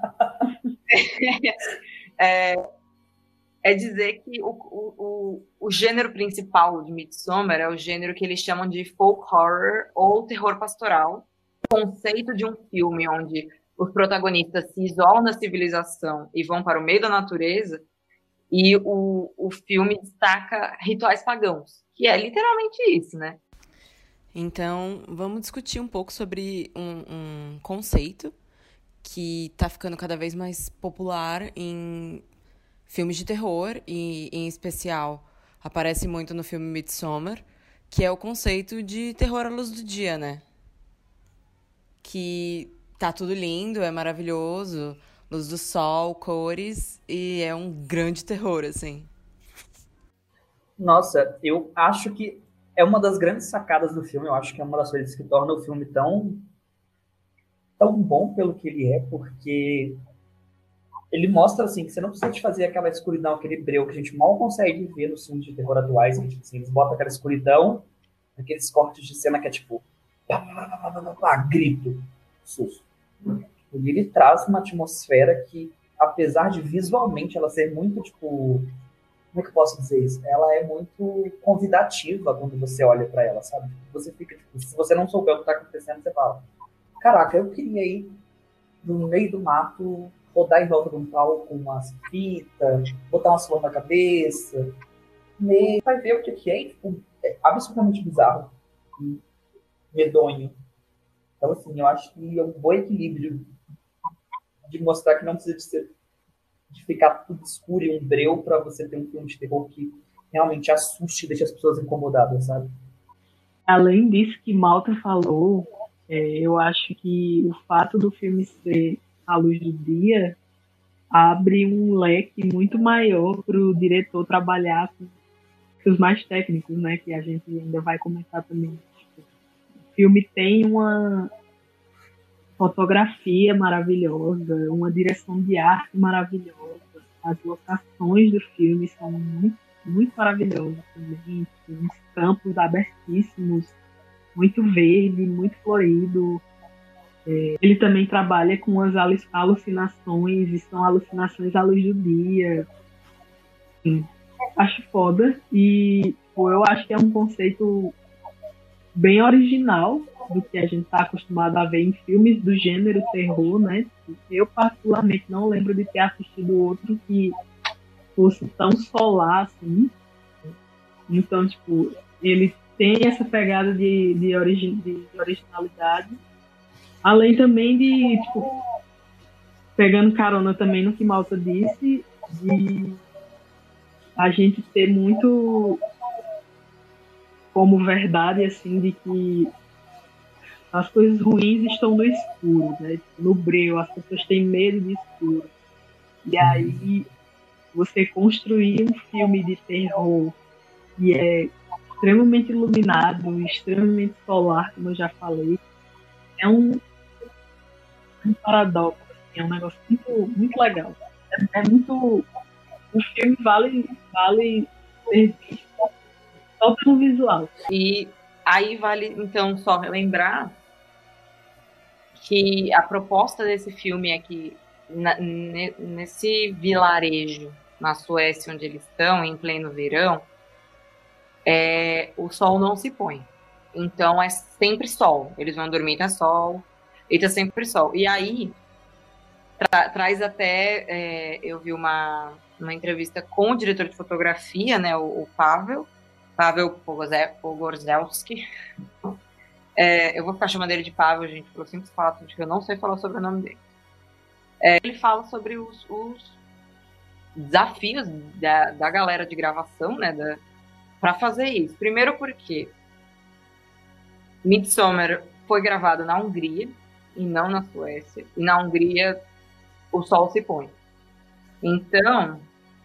é, é dizer que o, o, o, o gênero principal de Midsommar é o gênero que eles chamam de folk horror ou terror pastoral, o conceito de um filme onde os protagonistas se isolam da civilização e vão para o meio da natureza, e o, o filme destaca rituais pagãos, que é literalmente isso, né? Então, vamos discutir um pouco sobre um, um conceito que está ficando cada vez mais popular em filmes de terror e, em especial, aparece muito no filme Midsommar, que é o conceito de terror à luz do dia, né? Que tá tudo lindo, é maravilhoso, luz do sol, cores, e é um grande terror, assim. Nossa, eu acho que é uma das grandes sacadas do filme. Eu acho que é uma das coisas que torna o filme tão, tão bom pelo que ele é, porque Ele mostra, assim, que você não precisa de fazer aquela escuridão, aquele breu que a gente mal consegue ver nos filmes de terror atuais, que, tipo, assim, eles botam aquela escuridão, aqueles cortes de cena que é tipo, pá, pá, pá, pá, pá, pá, grito, susto. E ele traz uma atmosfera que, apesar de visualmente ela ser muito, tipo, como é que eu posso dizer isso? Ela é muito convidativa quando você olha pra ela, sabe? Você fica, tipo, se você não souber o que tá acontecendo, você fala, caraca, eu queria ir no meio do mato, rodar em volta de um pau com umas fitas, botar umas flores na cabeça, e vai ver o que que é, tipo, é absolutamente bizarro e medonho. Então, assim, eu acho que é um bom equilíbrio de mostrar que não precisa de, ser, de ficar tudo escuro e um breu para você ter um filme de terror que realmente assuste e deixe as pessoas incomodadas, sabe? Além disso que Malta falou, é, eu acho que o fato do filme ser à luz do dia abre um leque muito maior para o diretor trabalhar com os mais técnicos, né? Que a gente ainda vai comentar também. O filme tem uma fotografia maravilhosa, uma direção de arte maravilhosa. As locações do filme são muito, muito maravilhosas também. Tem uns campos abertíssimos, muito verde, muito florido. É, ele também trabalha com as alucinações, e são alucinações à luz do dia. Sim, acho foda. E pô, eu acho que é um conceito bem original do que a gente está acostumado a ver em filmes do gênero terror, né? Eu, particularmente, não lembro de ter assistido outro que fosse tão solar assim. Então, tipo, ele tem essa pegada de, de, origi- de originalidade. Além também de, tipo, pegando carona também no que Malta disse, de a gente ter muito como verdade, assim, de que as coisas ruins estão no escuro, né? No breu, as pessoas têm medo de escuro. E aí, você construir um filme de terror que é extremamente iluminado, extremamente solar, como eu já falei, é um um paradoxo, assim, é um negócio muito, muito legal. É, é muito. O filme vale, vale ser visto só pelo visual. E aí vale, então, só lembrar que a proposta desse filme é que na, ne, nesse vilarejo na Suécia, onde eles estão, em pleno verão, é, o sol não se põe. Então é sempre sol. Eles vão dormir, tá sol, e tá sempre sol. E aí tra, traz até, é, eu vi uma, uma entrevista com o diretor de fotografia, né, o, o Pavel, Pavel Pogorzelski. É, eu vou ficar chamando ele de Pavel, gente, pelo simples fato de que eu não sei falar sobre o nome dele. É, ele fala sobre os, os desafios da, da galera de gravação, né, da, para fazer isso. Primeiro porque Midsommar foi gravado na Hungria e não na Suécia. E na Hungria o sol se põe. Então,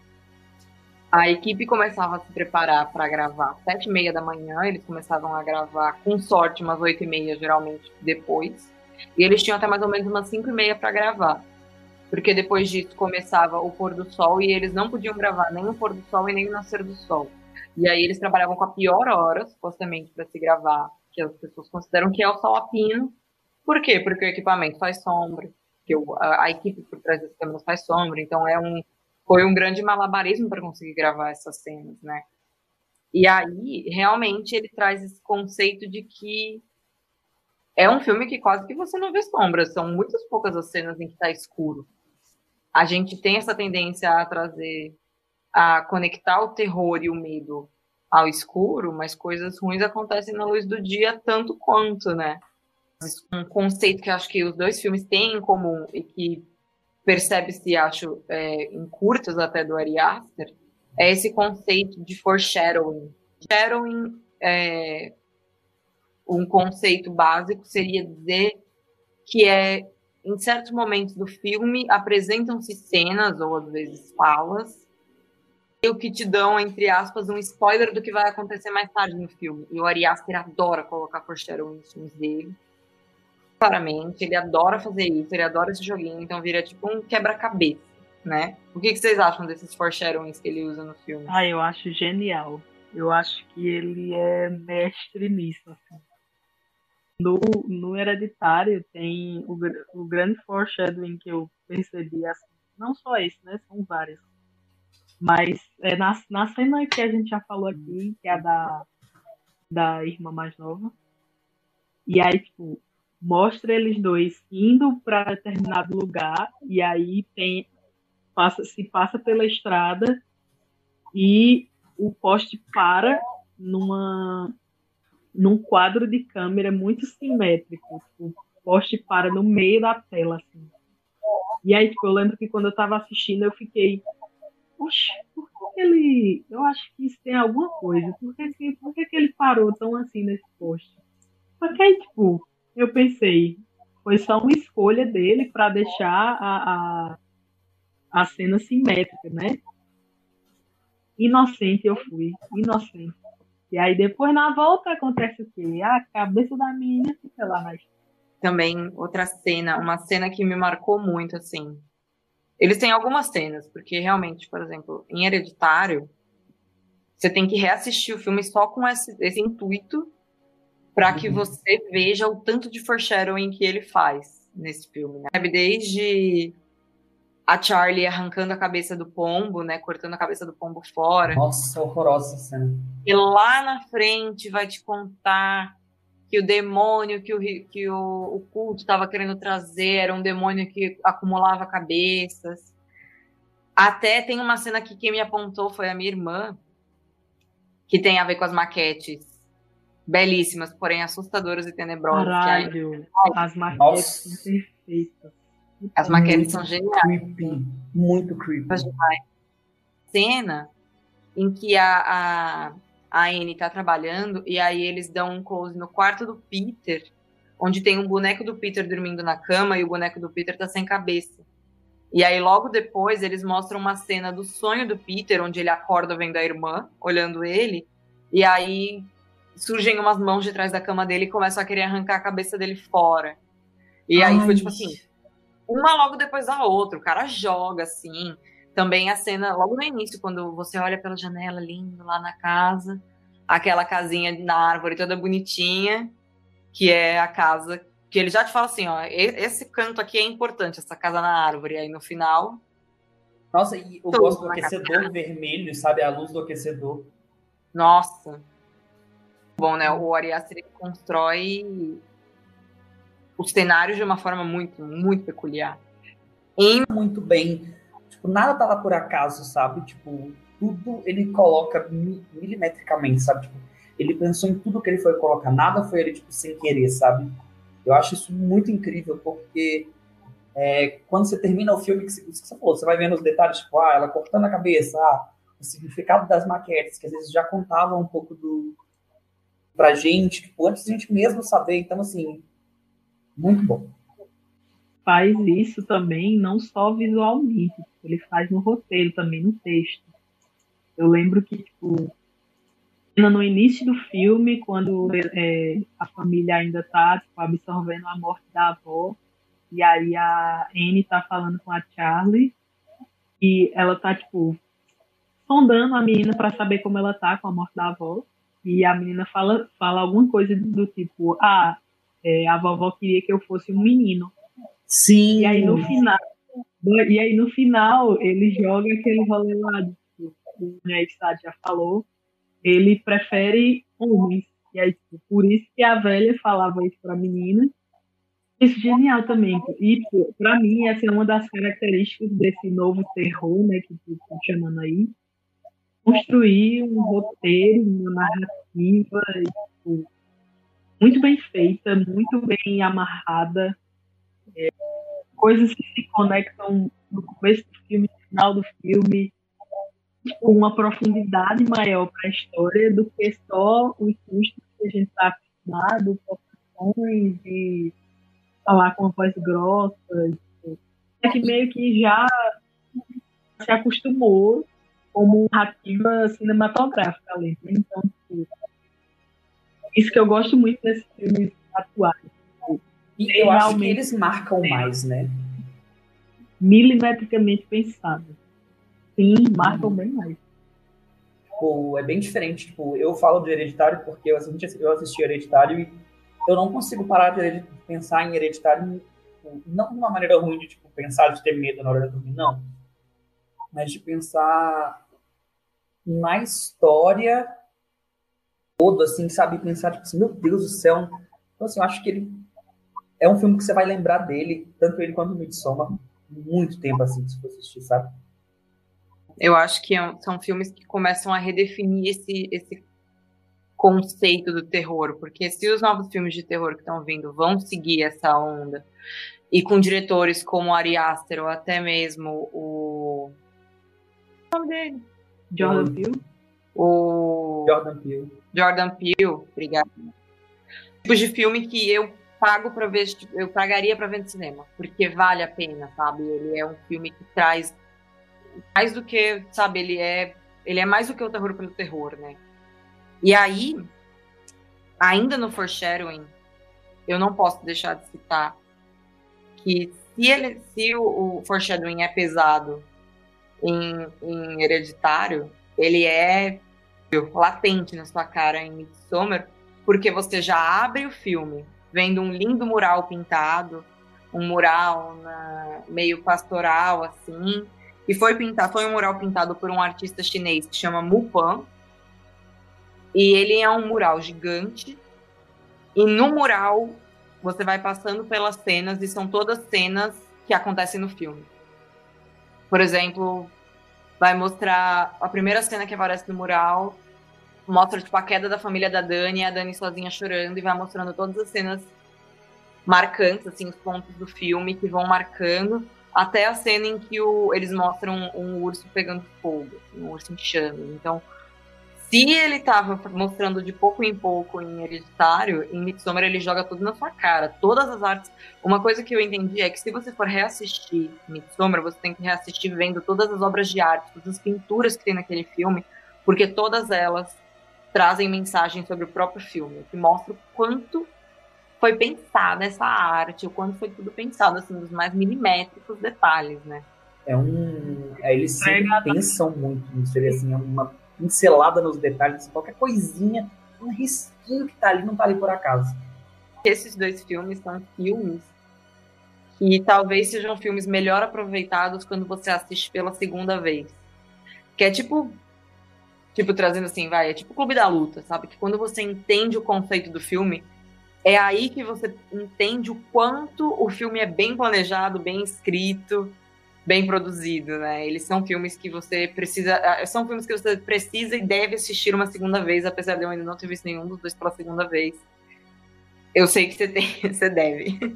a equipe começava a se preparar para gravar às sete e meia da manhã. Eles começavam a gravar, com sorte, umas oito e meia, geralmente, depois. E eles tinham até mais ou menos umas cinco e meia para gravar. Porque depois disso começava o pôr do sol e eles não podiam gravar nem o pôr do sol e nem o nascer do sol. E aí eles trabalhavam com a pior hora, supostamente, para se gravar, que as pessoas consideram que é o sol a pino. Por quê? Porque o equipamento faz sombra, que a, a equipe por trás das câmeras faz sombra, então é um, foi um grande malabarismo para conseguir gravar essas cenas, né? E aí, realmente, ele traz esse conceito de que é um filme que quase que você não vê sombras, são muitas poucas as cenas em que está escuro. A gente tem essa tendência a trazer, a conectar o terror e o medo ao escuro, mas coisas ruins acontecem na luz do dia tanto quanto, né? Um conceito que eu acho que os dois filmes têm em comum e que percebe-se, acho, é, em curtas até do Ari Aster, é esse conceito de foreshadowing. Foreshadowing é um conceito básico, seria dizer que é, em certos momentos do filme, apresentam-se cenas, ou às vezes falas, e o que te dão, entre aspas, um spoiler do que vai acontecer mais tarde no filme. E o Ari Aster adora colocar foreshadowing nos filmes dele. Claramente, ele adora fazer isso, ele adora esse joguinho, então vira tipo um quebra-cabeça. né? O que, que vocês acham desses foreshadowings que ele usa no filme? Ah, eu acho genial. Eu acho que ele é mestre nisso, assim. No, no Hereditário tem o, gr- o grande foreshadowing que eu percebi, assim, não só esse, né? São vários. Mas é na, na cena que a gente já falou aqui, que é a da, da irmã mais nova, e aí, tipo, mostra eles dois indo para determinado lugar, e aí tem, passa, se passa pela estrada e o poste para numa, num quadro de câmera muito simétrico. O poste para no meio da tela, assim. E aí, tipo, eu lembro que quando eu tava assistindo, eu fiquei, oxe, por que que ele... Eu acho que isso tem alguma coisa. Por que que, por que que ele parou tão assim nesse poste? Só que aí, tipo, eu pensei, foi só uma escolha dele para deixar a, a, a cena simétrica, né? Inocente eu fui, inocente. E aí depois na volta acontece o quê? A cabeça da menina fica lá na estrada. Também outra cena, uma cena que me marcou muito, assim. Eles têm algumas cenas, porque realmente, por exemplo, em Hereditário, você tem que reassistir o filme só com esse, esse intuito para que você veja o tanto de foreshadowing que ele faz nesse filme, né? Desde a Charlie arrancando a cabeça do pombo, né? Cortando a cabeça do pombo fora. Nossa, horrorosa essa cena. E lá na frente vai te contar que o demônio que o, que o, o culto estava querendo trazer era um demônio que acumulava cabeças. Até tem uma cena que quem me apontou foi a minha irmã, que tem a ver com as maquetes belíssimas, porém assustadoras e tenebrosas. Caralho, as maquetes Nossa. são perfeitas. As maquetes Muito são geniais. creepy. Muito creepy. Cena em que a, a, a Anne tá trabalhando e aí eles dão um close no quarto do Peter, onde tem um boneco do Peter dormindo na cama e o boneco do Peter tá sem cabeça. E aí logo depois eles mostram uma cena do sonho do Peter, onde ele acorda vendo a irmã, olhando ele, e aí surgem umas mãos de trás da cama dele e começam a querer arrancar a cabeça dele fora. E aí Ai. foi tipo assim, uma logo depois da outra, o cara joga assim. Também a cena, logo no início, quando você olha pela janela, lindo, lá na casa, aquela casinha na árvore toda bonitinha, que é a casa que ele já te fala assim, ó, esse canto aqui é importante, essa casa na árvore. Aí no final... Nossa, e eu gosto do aquecedor vermelho, sabe? A luz do aquecedor. Nossa. Bom, né? O Ari Aster ele constrói os cenários de uma forma muito, muito peculiar. E muito bem. Tipo, nada tá lá por acaso, sabe? Tipo, tudo ele coloca milimetricamente, sabe? Tipo, ele pensou em tudo que ele foi colocar. Nada foi ele, tipo, sem querer, sabe? Eu acho isso muito incrível, porque é, quando você termina o filme, que você, que você falou, você vai vendo os detalhes, tipo, ah, ela cortando a cabeça, ah, o significado das maquetes, que às vezes já contavam um pouco do pra gente, tipo, antes da gente mesmo saber. Então, assim, muito bom. Faz isso também, não só visualmente, ele faz no roteiro também, no texto. Eu lembro que, tipo, no início do filme, quando é, a família ainda tá, tipo, absorvendo a morte da avó, e aí a Anne tá falando com a Charlie, e ela tá, tipo, sondando a menina para saber como ela tá com a morte da avó, e a menina fala, fala alguma coisa do tipo, ah, é, a vovó queria que eu fosse um menino. Sim. E aí no final, e aí no final ele joga aquele rolê lá, tipo, o Neistad já falou, ele prefere homens. E aí, tipo, por isso que a velha falava isso pra menina. Isso é genial também. E, tipo, pra mim, essa é uma das características desse novo terror, né, que tu tá chamando aí. Construir um roteiro, uma narrativa, tipo, muito bem feita, muito bem amarrada. É, coisas que se conectam no começo do filme, no final do filme, com uma profundidade maior para a história do que só os sustos que a gente está acostumado, proporções e falar com a voz grossa. É que meio que já se acostumou como narrativa cinematográfica ali. Então, tipo, isso que eu gosto muito desses filmes atuais. E eu acho que eles marcam mais, né? milimetricamente pensado. Sim, marcam bem mais. Tipo, é bem diferente. Tipo, eu falo de Hereditário porque eu assisti, eu assisti Hereditário e eu não consigo parar de pensar em Hereditário, tipo, não de uma maneira ruim de tipo, pensar de ter medo na hora de dormir, não. Mas de pensar na história toda, assim, sabe? Pensar, tipo assim, meu Deus do céu. Então, assim, eu acho que ele é um filme que você vai lembrar dele, tanto ele quanto o Midsommar, muito tempo, assim, se for assistir, sabe? Eu acho que é- são filmes que começam a redefinir esse, esse conceito do terror, porque se os novos filmes de terror que estão vindo vão seguir essa onda, e com diretores como Ari Aster, ou até mesmo o... o nome dele? Jordan Peele? O Jordan Peele. Jordan Peele, obrigada. Tipos de filme que eu pago para ver, eu pagaria para ver no cinema, porque vale a pena, sabe? Ele é um filme que traz mais do que, sabe, ele é, ele é mais do que o terror pelo terror, né? E aí, ainda no Foreshadowing, eu não posso deixar de citar que se, ele, se o, o Foreshadowing é pesado em, em Hereditário, ele é latente na sua cara em Midsommar, porque você já abre o filme vendo um lindo mural pintado, um mural na, meio pastoral, assim, e foi pintado, foi um mural pintado por um artista chinês que chama Mu Pan, e ele é um mural gigante, e no mural você vai passando pelas cenas, e são todas cenas que acontecem no filme. Por exemplo, vai mostrar a primeira cena que aparece no mural, mostra tipo a queda da família da Dani, a Dani sozinha chorando, e vai mostrando todas as cenas marcantes, assim, os pontos do filme que vão marcando, até a cena em que o, eles mostram um, um urso pegando fogo, assim, um urso em chamas. Então, se ele estava mostrando de pouco em pouco em Hereditário, em Midsommar ele joga tudo na sua cara, todas as artes. Uma coisa que eu entendi é que se você for reassistir Midsommar, você tem que reassistir vendo todas as obras de arte, todas as pinturas que tem naquele filme, porque todas elas trazem mensagens sobre o próprio filme, que mostra o quanto foi pensada essa arte, o quanto foi tudo pensado, assim, nos mais milimétricos detalhes, né? É um... É, eles sempre pensam muito nisso, ele, assim, é uma pincelada nos detalhes, assim, qualquer coisinha, um risquinho que tá ali, não tá ali por acaso. Esses dois filmes são filmes que talvez sejam filmes melhor aproveitados quando você assiste pela segunda vez. Que é tipo... Tipo, trazendo assim, vai, é tipo o Clube da Luta, sabe? Que quando você entende o conceito do filme, é aí que você entende o quanto o filme é bem planejado, bem escrito, bem produzido, né? Eles são filmes que você precisa... São filmes que você precisa e deve assistir uma segunda vez, apesar de eu ainda não ter visto nenhum dos dois pela segunda vez. Eu sei que você, tem, você deve.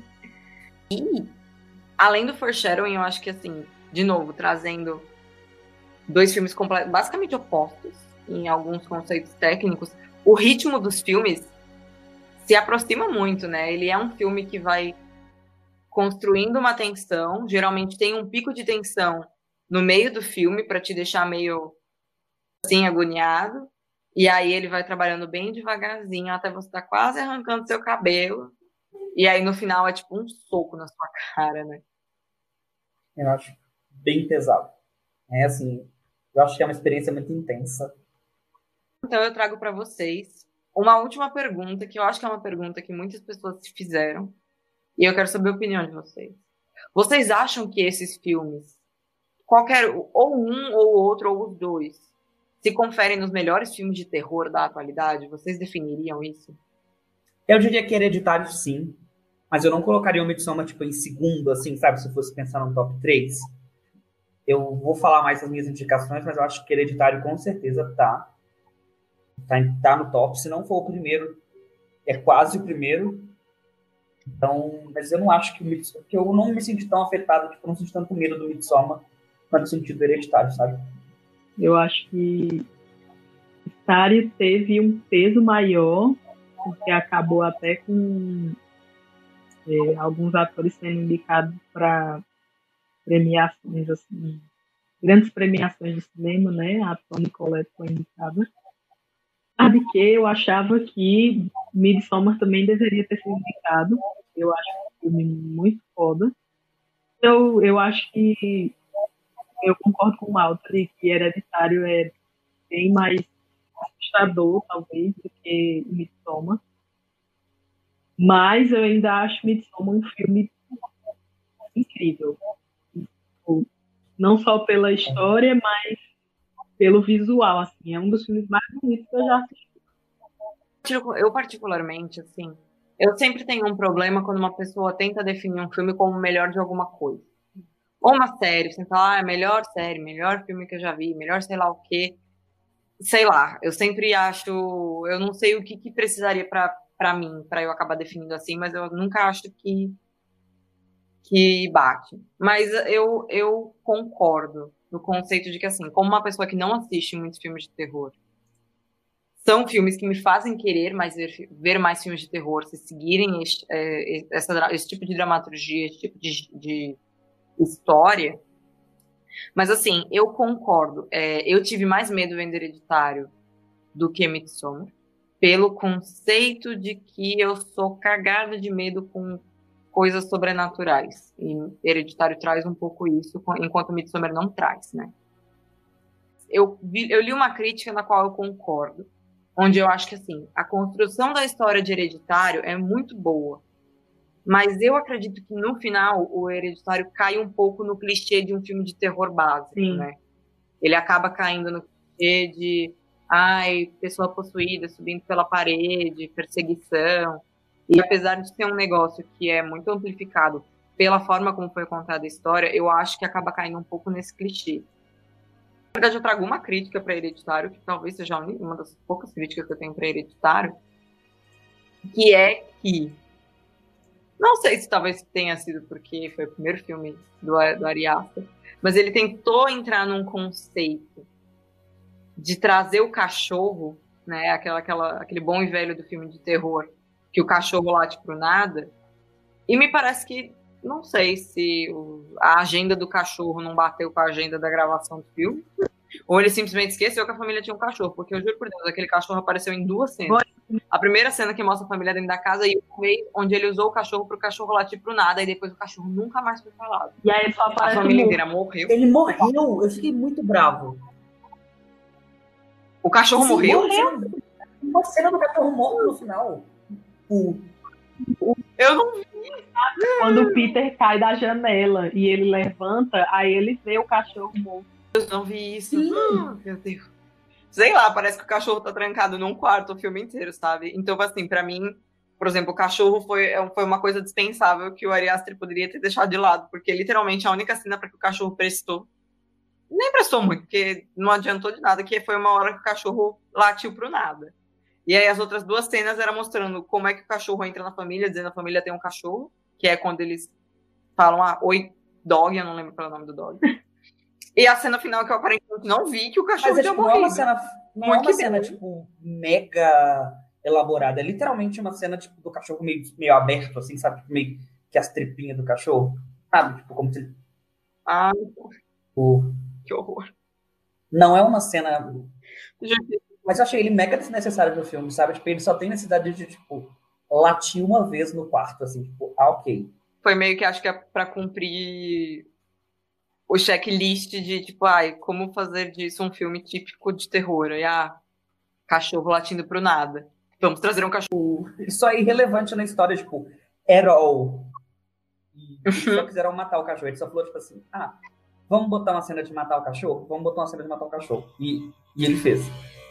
E, além do Foreshadowing, eu acho que, assim, de novo, trazendo dois filmes basicamente opostos em alguns conceitos técnicos, o ritmo dos filmes se aproxima muito, né? Ele é um filme que vai construindo uma tensão, geralmente tem um pico de tensão no meio do filme para te deixar meio assim agoniado, e aí ele vai trabalhando bem devagarzinho até você estar tá quase arrancando seu cabelo, e aí no final é tipo um soco na sua cara, né? Eu acho bem pesado. É assim, eu acho que é uma experiência muito intensa. Então eu trago para vocês uma última pergunta, que eu acho que é uma pergunta que muitas pessoas se fizeram, e eu quero saber a opinião de vocês. Vocês acham que esses filmes, qualquer, ou um, ou outro, ou os dois, se conferem nos melhores filmes de terror da atualidade? Vocês definiriam isso? Eu diria que Hereditário, sim. Mas eu não colocaria o Midsommar, tipo, em segundo, assim, sabe? Se eu fosse pensar no top três. Eu vou falar mais das minhas indicações, mas eu acho que Hereditário, com certeza, tá. Tá, tá no top. Se não for o primeiro, é quase o primeiro. Então, mas eu não acho que o Midsommar... Porque eu não me senti tão afetado, tipo, eu não senti tanto medo do Midsommar quanto senti do Hereditário, sabe? Eu acho que Hereditário teve um peso maior, porque acabou até com é, alguns atores sendo indicados para premiações, assim, grandes premiações de cinema, né? A Toni Collette foi indicada. Sabe que eu achava que Midsommar também deveria ter sido indicado. Eu acho um filme muito foda. Eu, eu acho que eu concordo com o Walter que Hereditário é bem mais assustador, talvez, do que Midsommar. Mas eu ainda acho Midsommar um filme incrível. Não só pela história, mas pelo visual. Assim, é um dos filmes mais bonitos que eu já assisti. Eu, particularmente, assim, eu sempre tenho um problema quando uma pessoa tenta definir um filme como o melhor de alguma coisa. Ou uma série, você fala, ah, é a melhor série, melhor filme que eu já vi, melhor sei lá o quê. Sei lá, eu sempre acho, eu não sei o que, que precisaria pra, pra mim, pra eu acabar definindo assim, mas eu nunca acho que, que bate. Mas eu, eu concordo no conceito de que, assim, como uma pessoa que não assiste muitos filmes de terror, são filmes que me fazem querer mais ver, ver mais filmes de terror, se seguirem esse, é, essa, esse tipo de dramaturgia, esse tipo de, de história. Mas assim, eu concordo. É, eu tive mais medo vendo Hereditário do que Midsommar, pelo conceito de que eu sou cagada de medo com coisas sobrenaturais. E Hereditário traz um pouco isso, enquanto Midsommar não traz, né? Eu, vi, eu li uma crítica na qual eu concordo, onde eu acho que assim, a construção da história de Hereditário é muito boa. Mas eu acredito que, no final, o Hereditário cai um pouco no clichê de um filme de terror básico, Sim. né? Ele acaba caindo no clichê de, ai, pessoa possuída subindo pela parede, perseguição. E apesar de ser um negócio que é muito amplificado pela forma como foi contada a história, eu acho que acaba caindo um pouco nesse clichê. Na verdade, eu trago uma crítica para Hereditário, que talvez seja uma das poucas críticas que eu tenho para Hereditário, que é que não sei se talvez tenha sido porque foi o primeiro filme do, do Ari Aster, mas ele tentou entrar num conceito de trazer o cachorro, né, aquela, aquela, aquele bom e velho do filme de terror, que o cachorro late pro nada, e me parece que, não sei se o, a agenda do cachorro não bateu com a agenda da gravação do filme, ou ele simplesmente esqueceu que a família tinha um cachorro, porque eu juro por Deus, aquele cachorro apareceu em duas cenas. A primeira cena que mostra a família dentro da casa e o meio onde ele usou o cachorro pro cachorro latir pro nada, e depois o cachorro nunca mais foi falado. E aí só aparece a família inteira morreu. Ele morreu, eu fiquei muito bravo. O cachorro Sim, morreu? morreu? Uma cena do cachorro morto no final. O... Eu não vi. Quando o Peter cai da janela e ele levanta, aí ele vê o cachorro morto. Eu não vi isso. Ah, meu Deus. Sei lá, parece que o cachorro tá trancado num quarto o filme inteiro, sabe? Então, assim, pra mim, por exemplo, o cachorro foi, foi uma coisa dispensável que o Ari Aster poderia ter deixado de lado, porque literalmente a única cena pra que o cachorro prestou, nem prestou muito, porque não adiantou de nada, que foi uma hora que o cachorro latiu pro nada. E aí as outras duas cenas eram mostrando como é que o cachorro entra na família, dizendo que a família tem um cachorro, que é quando eles falam, ah, oi, dog, eu não lembro qual é o nome do dog. E a cena final que eu aparentemente não vi, que o cachorro Mas é, tinha tipo, morrido. Não é uma cena, não é uma cena tipo, mega elaborada. É literalmente uma cena tipo, do cachorro meio, meio aberto, assim, sabe? Meio que as trepinhas do cachorro. Sabe? Tipo, como se... Ah, tipo... que horror. Não é uma cena... Gente. Mas eu achei ele mega desnecessário no filme, sabe? Tipo, ele só tem necessidade de, tipo, latir uma vez no quarto, assim. Tipo, ah, ok. Foi meio que, acho que é pra cumprir... o checklist de, tipo, ai, como fazer disso um filme típico de terror. E, ah, cachorro latindo pro nada. Vamos trazer um cachorro. Isso é irrelevante na história, tipo, at all. E eles só quiseram matar o cachorro. Ele só falou, tipo assim, ah, vamos botar uma cena de matar o cachorro? Vamos botar uma cena de matar o cachorro. E, e ele fez.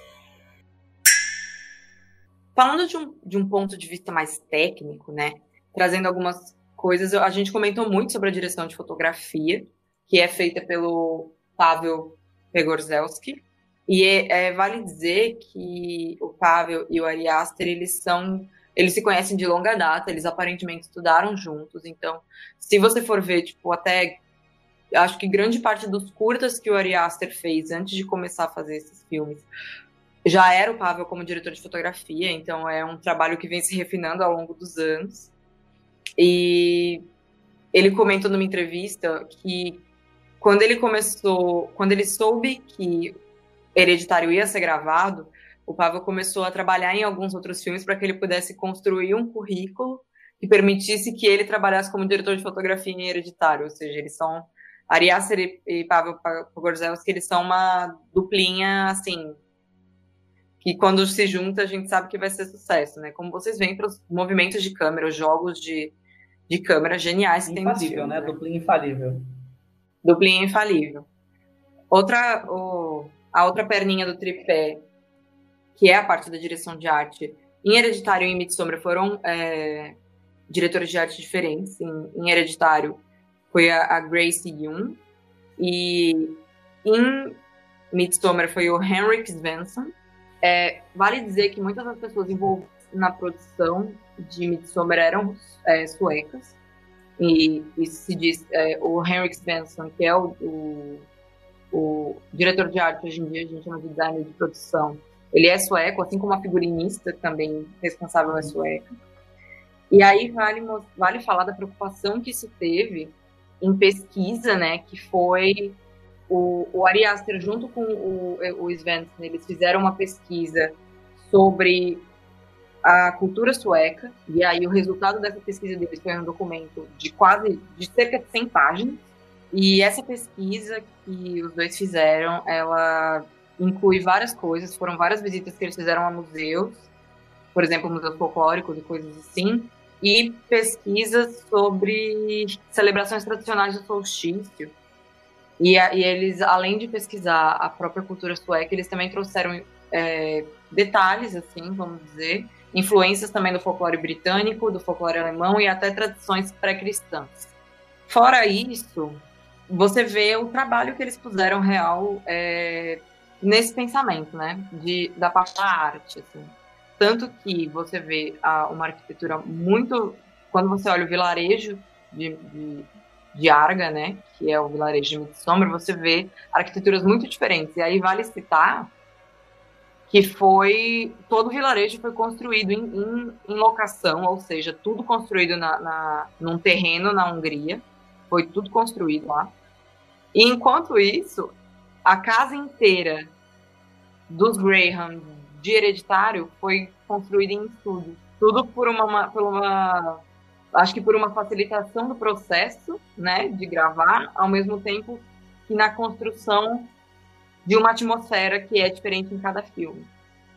Falando de um, de um ponto de vista mais técnico, né, trazendo algumas coisas, a gente comentou muito sobre a direção de fotografia, que é feita pelo Paweł Pogorzelski. E é, é, vale dizer que o Paweł e o Ari Aster, eles são, eles se conhecem de longa data, eles aparentemente estudaram juntos. Então, se você for ver, tipo, até acho que grande parte dos curtas que o Ari Aster fez antes de começar a fazer esses filmes já era o Paweł como diretor de fotografia. Então, é um trabalho que vem se refinando ao longo dos anos. E ele comentou numa entrevista que quando ele começou, quando ele soube que Hereditário ia ser gravado, o Paweł começou a trabalhar em alguns outros filmes para que ele pudesse construir um currículo que permitisse que ele trabalhasse como diretor de fotografia em Hereditário, ou seja, eles são Ari Aster e, e Pavel Pogorzelski, eles são uma duplinha, assim, que quando se junta a gente sabe que vai ser sucesso, né? Como vocês veem para os movimentos de câmera, os jogos de, de câmera geniais que tem no filme, né? né? Duplinha infalível. Duplinha infalível. Outra, o, a outra perninha do tripé, que é a parte da direção de arte, em Hereditário e em Midsommar foram é, diretores de arte diferentes. Em, em Hereditário foi a, a Grace Yoon, e em Midsommar foi o Henrik Svensson. É, vale dizer que muitas das pessoas envolvidas na produção de Midsommar eram é, suecas, e isso se diz, é, o Henrik Svensson, que é o, o, o diretor de arte hoje em dia, a gente chama de designer de produção, ele é sueco, assim como a figurinista também responsável é sueca. E aí vale, vale falar da preocupação que isso teve em pesquisa, né, que foi o, o Ari Aster junto com o, o Svensson, eles fizeram uma pesquisa sobre a cultura sueca, e aí o resultado dessa pesquisa deles foi um documento de quase, de cerca de cem páginas, e essa pesquisa que os dois fizeram, ela inclui várias coisas, foram várias visitas que eles fizeram a museus, por exemplo, museus folclóricos e coisas assim, e pesquisas sobre celebrações tradicionais do solstício. E, a, e eles, além de pesquisar a própria cultura sueca, eles também trouxeram é, detalhes, assim, vamos dizer, influências também do folclore britânico, do folclore alemão e até tradições pré-cristãs. Fora isso, você vê o trabalho que eles puseram real é, nesse pensamento, né, de, da parte da arte, assim. Tanto que você vê a, uma arquitetura muito... Quando você olha o vilarejo de, de, de Arga, né, que é o vilarejo de Midsommar, você vê arquiteturas muito diferentes. E aí vale citar que foi... Todo o vilarejo foi construído em, em, em locação, ou seja, tudo construído na, na, num terreno na Hungria. Foi tudo construído lá. E enquanto isso, a casa inteira dos Graham de Hereditário foi construída em estúdio. Tudo por uma, uma, por uma... Acho que por uma facilitação do processo, né, de gravar, ao mesmo tempo que na construção de uma atmosfera que é diferente em cada filme.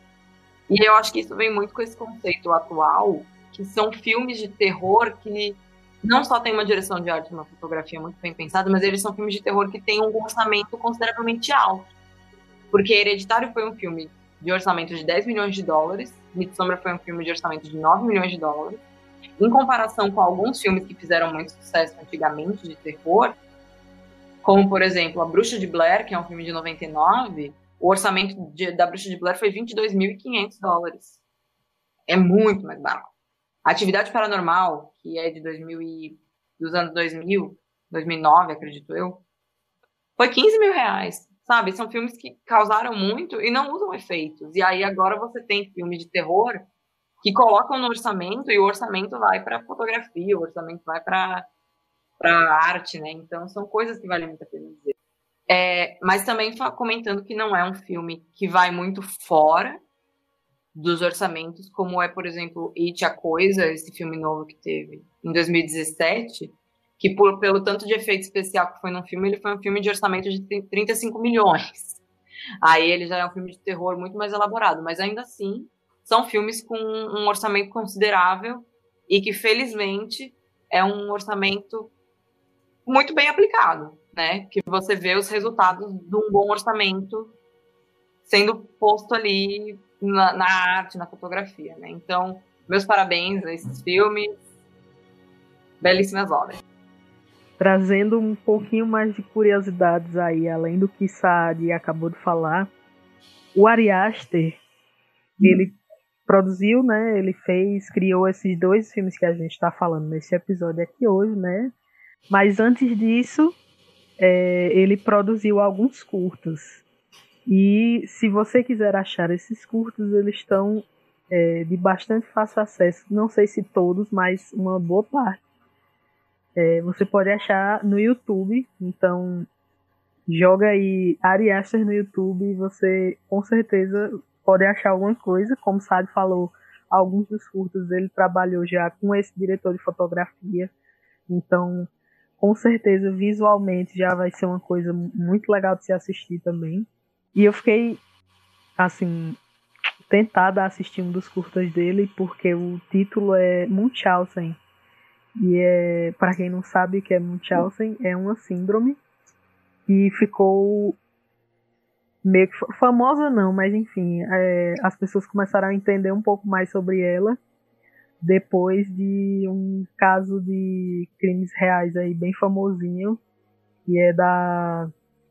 E eu acho que isso vem muito com esse conceito atual, que são filmes de terror que não só tem uma direção de arte, uma fotografia muito bem pensada, mas eles são filmes de terror que têm um orçamento consideravelmente alto. Porque Hereditário foi um filme de orçamento de dez milhões de dólares, Midsommar foi um filme de orçamento de nove milhões de dólares. Em comparação com alguns filmes que fizeram muito sucesso antigamente de terror, como, por exemplo, A Bruxa de Blair, que é um filme de noventa e nove, o orçamento de, da Bruxa de Blair foi vinte e dois mil e quinhentos dólares. É muito mais barato. A Atividade Paranormal, que é de dois mil e, dos anos dois mil, dois mil e nove, acredito eu, foi quinze mil reais. Sabe, são filmes que causaram muito e não usam efeitos. E aí agora você tem filmes de terror que colocam no orçamento e o orçamento vai para fotografia, o orçamento vai para arte, né? Então são coisas que valem muito a pena dizer. É, mas também comentando que não é um filme que vai muito fora dos orçamentos, como é, por exemplo, It, a Coisa, esse filme novo que teve em dois mil e dezessete, que por, pelo tanto de efeito especial que foi no filme, ele foi um filme de orçamento de trinta e cinco milhões. Aí ele já é um filme de terror muito mais elaborado, mas ainda assim são filmes com um orçamento considerável e que, felizmente, é um orçamento muito bem aplicado, né? Que você vê os resultados de um bom orçamento sendo posto ali na, na arte, na fotografia, né? Então, meus parabéns a esses filmes. Belíssimas obras. Trazendo um pouquinho mais de curiosidades aí, além do que Saad acabou de falar, o Ari Aster, hum. ele produziu, né, ele fez, criou esses dois filmes que a gente está falando nesse episódio aqui hoje, né, mas antes disso, é, ele produziu alguns curtas, e se você quiser achar esses curtas, eles estão é, de bastante fácil acesso, não sei se todos, mas uma boa parte. É, você pode achar no YouTube, então joga aí Ari Aster no YouTube e você com certeza pode achar alguma coisa. Como o Saad falou, alguns dos curtas ele trabalhou já com esse diretor de fotografia. Então, com certeza, visualmente já vai ser uma coisa muito legal de se assistir também. E eu fiquei, assim, tentada a assistir um dos curtas dele, porque o título é Munchausen. E, é, para quem não sabe o que é Munchausen, é uma síndrome que ficou meio que famosa não, mas enfim, é, as pessoas começaram a entender um pouco mais sobre ela depois de um caso de crimes reais aí bem famosinho, que é da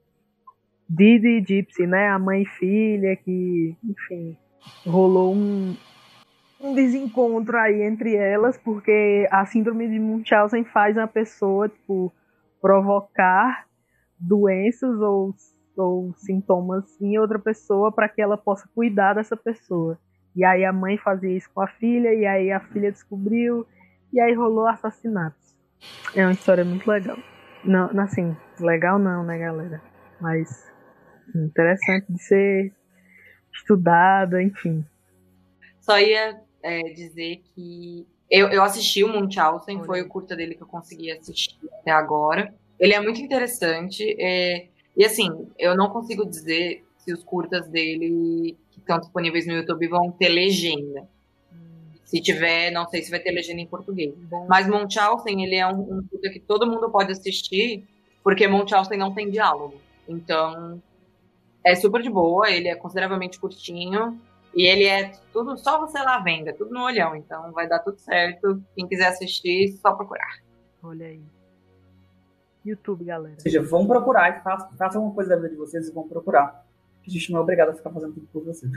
Didi Gypsy, né? A mãe e filha, que, enfim, rolou um, um desencontro aí entre elas, porque a síndrome de Munchausen faz a pessoa, tipo, provocar doenças ou, ou sintomas em outra pessoa para que ela possa cuidar dessa pessoa. E aí a mãe fazia isso com a filha, e aí a filha descobriu, e aí rolou assassinatos. É uma história muito legal. Não, assim, legal não, né, galera? Mas interessante de ser estudada, enfim. Só ia é, dizer que eu, eu assisti o Munchausen, foi o curta dele que eu consegui assistir até agora. Ele é muito interessante, é, e assim, eu não consigo dizer se os curtas dele que estão disponíveis no YouTube vão ter legenda. Hum. Se tiver, não sei se vai ter legenda em português. Bom. Mas Munchausen, ele é um, um curta que todo mundo pode assistir, porque Munchausen não tem diálogo. Então, é super de boa, ele é consideravelmente curtinho, e ele é tudo, só você lá vendo, é tudo no olhão, então vai dar tudo certo. Quem quiser assistir, só procurar. Olha aí. YouTube, galera. Ou seja, vão procurar, façam, façam uma coisa da vida de vocês e vão procurar. A gente não é obrigado a ficar fazendo tudo por vocês.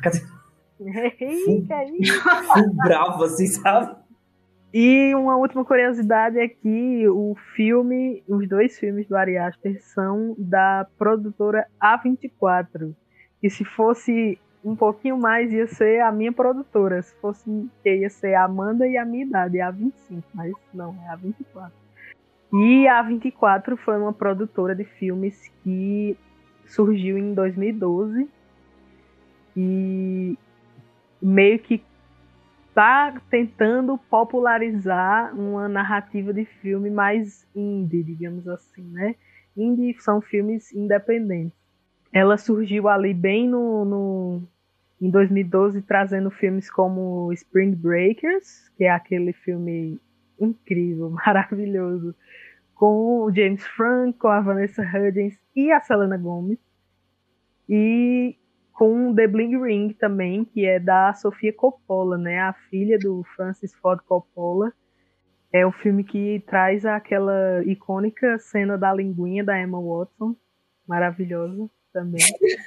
Fui bravo, assim, sabe? E uma última curiosidade é que o filme, os dois filmes do Ari Aster são da produtora A vinte e quatro. E se fosse um pouquinho mais, ia ser a minha produtora. Se fosse, ia ser a Amanda e a minha idade, a vinte e cinco. Mas não, é a vinte e quatro. E a vinte e quatro foi uma produtora de filmes que surgiu em dois mil e doze e meio que está tentando popularizar uma narrativa de filme mais indie, digamos assim, né? Indie são filmes independentes. Ela surgiu ali bem no, no, em dois mil e doze, trazendo filmes como Spring Breakers, que é aquele filme incrível, maravilhoso, com o James Franco, a Vanessa Hudgens e a Selena Gomez, e com The Bling Ring também, que é da Sofia Coppola, né, a filha do Francis Ford Coppola. É o filme que traz aquela icônica cena da linguinha da Emma Watson, maravilhosa também.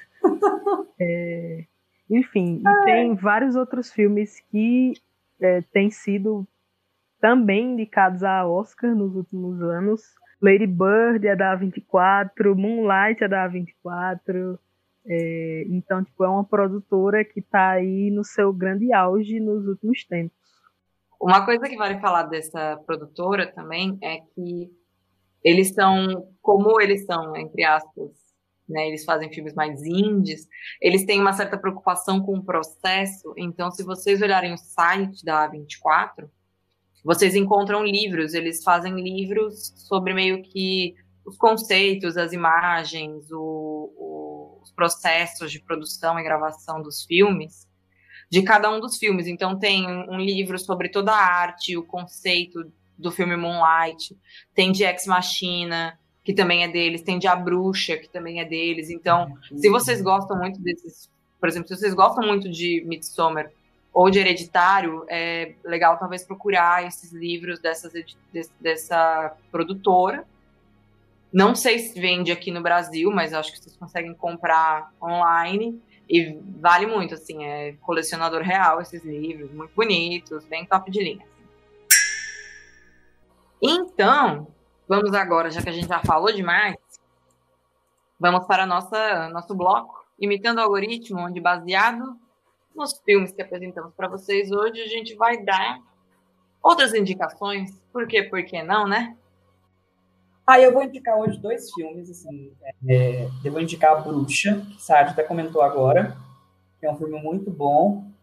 É, enfim, e tem vários outros filmes que é, têm sido também indicados a Oscar nos últimos anos. Lady Bird é da A vinte e quatro, Moonlight é da A vinte e quatro. É, então, tipo, é uma produtora que está aí no seu grande auge nos últimos tempos. Uma coisa que vale falar dessa produtora também é que eles são, como eles são, entre aspas, né, eles fazem filmes mais indies, eles têm uma certa preocupação com o processo. Então, se vocês olharem o site da A vinte e quatro, vocês encontram livros, eles fazem livros sobre meio que os conceitos, as imagens, o, o, os processos de produção e gravação dos filmes, de cada um dos filmes. Então tem um livro sobre toda a arte, o conceito do filme Moonlight, tem de Ex Machina, que também é deles, tem de A Bruxa, que também é deles. Então, se vocês gostam muito desses, por exemplo, se vocês gostam muito de Midsommar ou de Hereditário, é legal talvez procurar esses livros dessas, dessa produtora. Não sei se vende aqui no Brasil, mas acho que vocês conseguem comprar online e vale muito, assim, é colecionador real esses livros, muito bonitos, bem top de linha. Então, vamos agora, já que a gente já falou demais, vamos para a nossa, nosso bloco, Imitando o Algoritmo, onde baseado nos filmes que apresentamos para vocês hoje, a gente vai dar outras indicações. Por quê? Por que não, né? Ah, eu vou indicar hoje dois filmes, assim, é, eu vou indicar A Bruxa, que a Sara até comentou agora, que é um filme muito bom,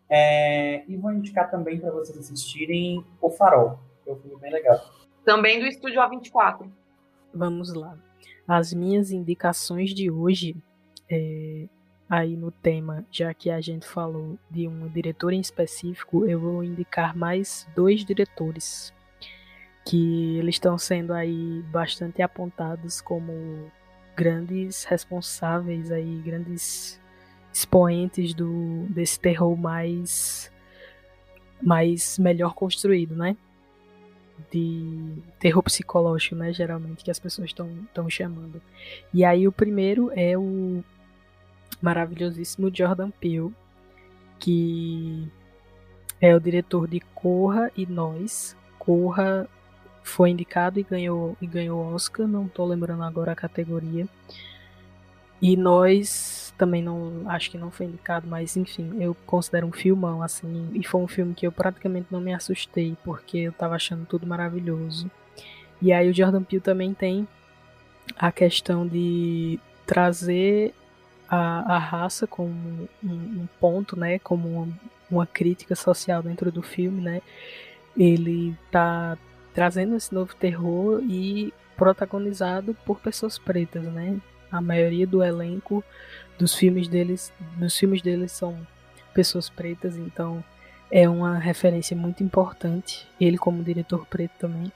É, e vou indicar também para vocês assistirem O Farol, que é um filme bem legal. Também do estúdio A vinte e quatro. Vamos lá. As minhas indicações de hoje, é, aí no tema, já que a gente falou de um diretor em específico, eu vou indicar mais dois diretores que eles estão sendo aí bastante apontados como grandes responsáveis aí, grandes expoentes do, desse terror mais, mais melhor construído, né? De terror psicológico, né? Geralmente, que as pessoas estão chamando. E aí o primeiro é o maravilhosíssimo Jordan Peele, que é o diretor de Corra e Nós. Corra foi indicado e ganhou e ganhou Oscar, não tô lembrando agora a categoria. E Nós também não, acho que não foi indicado, mas enfim, eu considero um filmão, assim, e foi um filme que eu praticamente não me assustei, porque eu tava achando tudo maravilhoso. E aí o Jordan Peele também tem a questão de trazer a, a raça como um, um ponto, né, como uma, uma crítica social dentro do filme, né. Ele tá trazendo esse novo terror e protagonizado por pessoas pretas, né. A maioria do elenco dos filmes deles, dos filmes deles são pessoas pretas, então é uma referência muito importante. Ele como diretor preto também.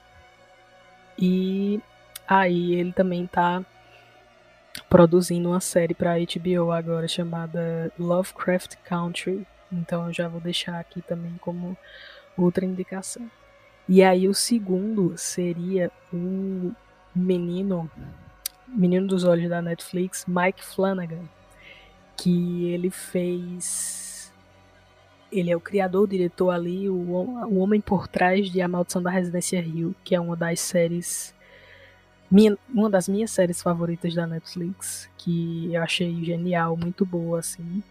E aí ele também tá produzindo uma série para H B O agora chamada Lovecraft Country. Então eu já vou deixar aqui também como outra indicação. E aí o segundo seria o menino Menino dos Olhos da Netflix, Mike Flanagan, que ele fez... Ele é o criador, o diretor ali, o, o homem por trás de A Maldição da Residência Hill, que é uma das séries... Minha, uma das minhas séries favoritas da Netflix, que eu achei genial, muito boa, assim.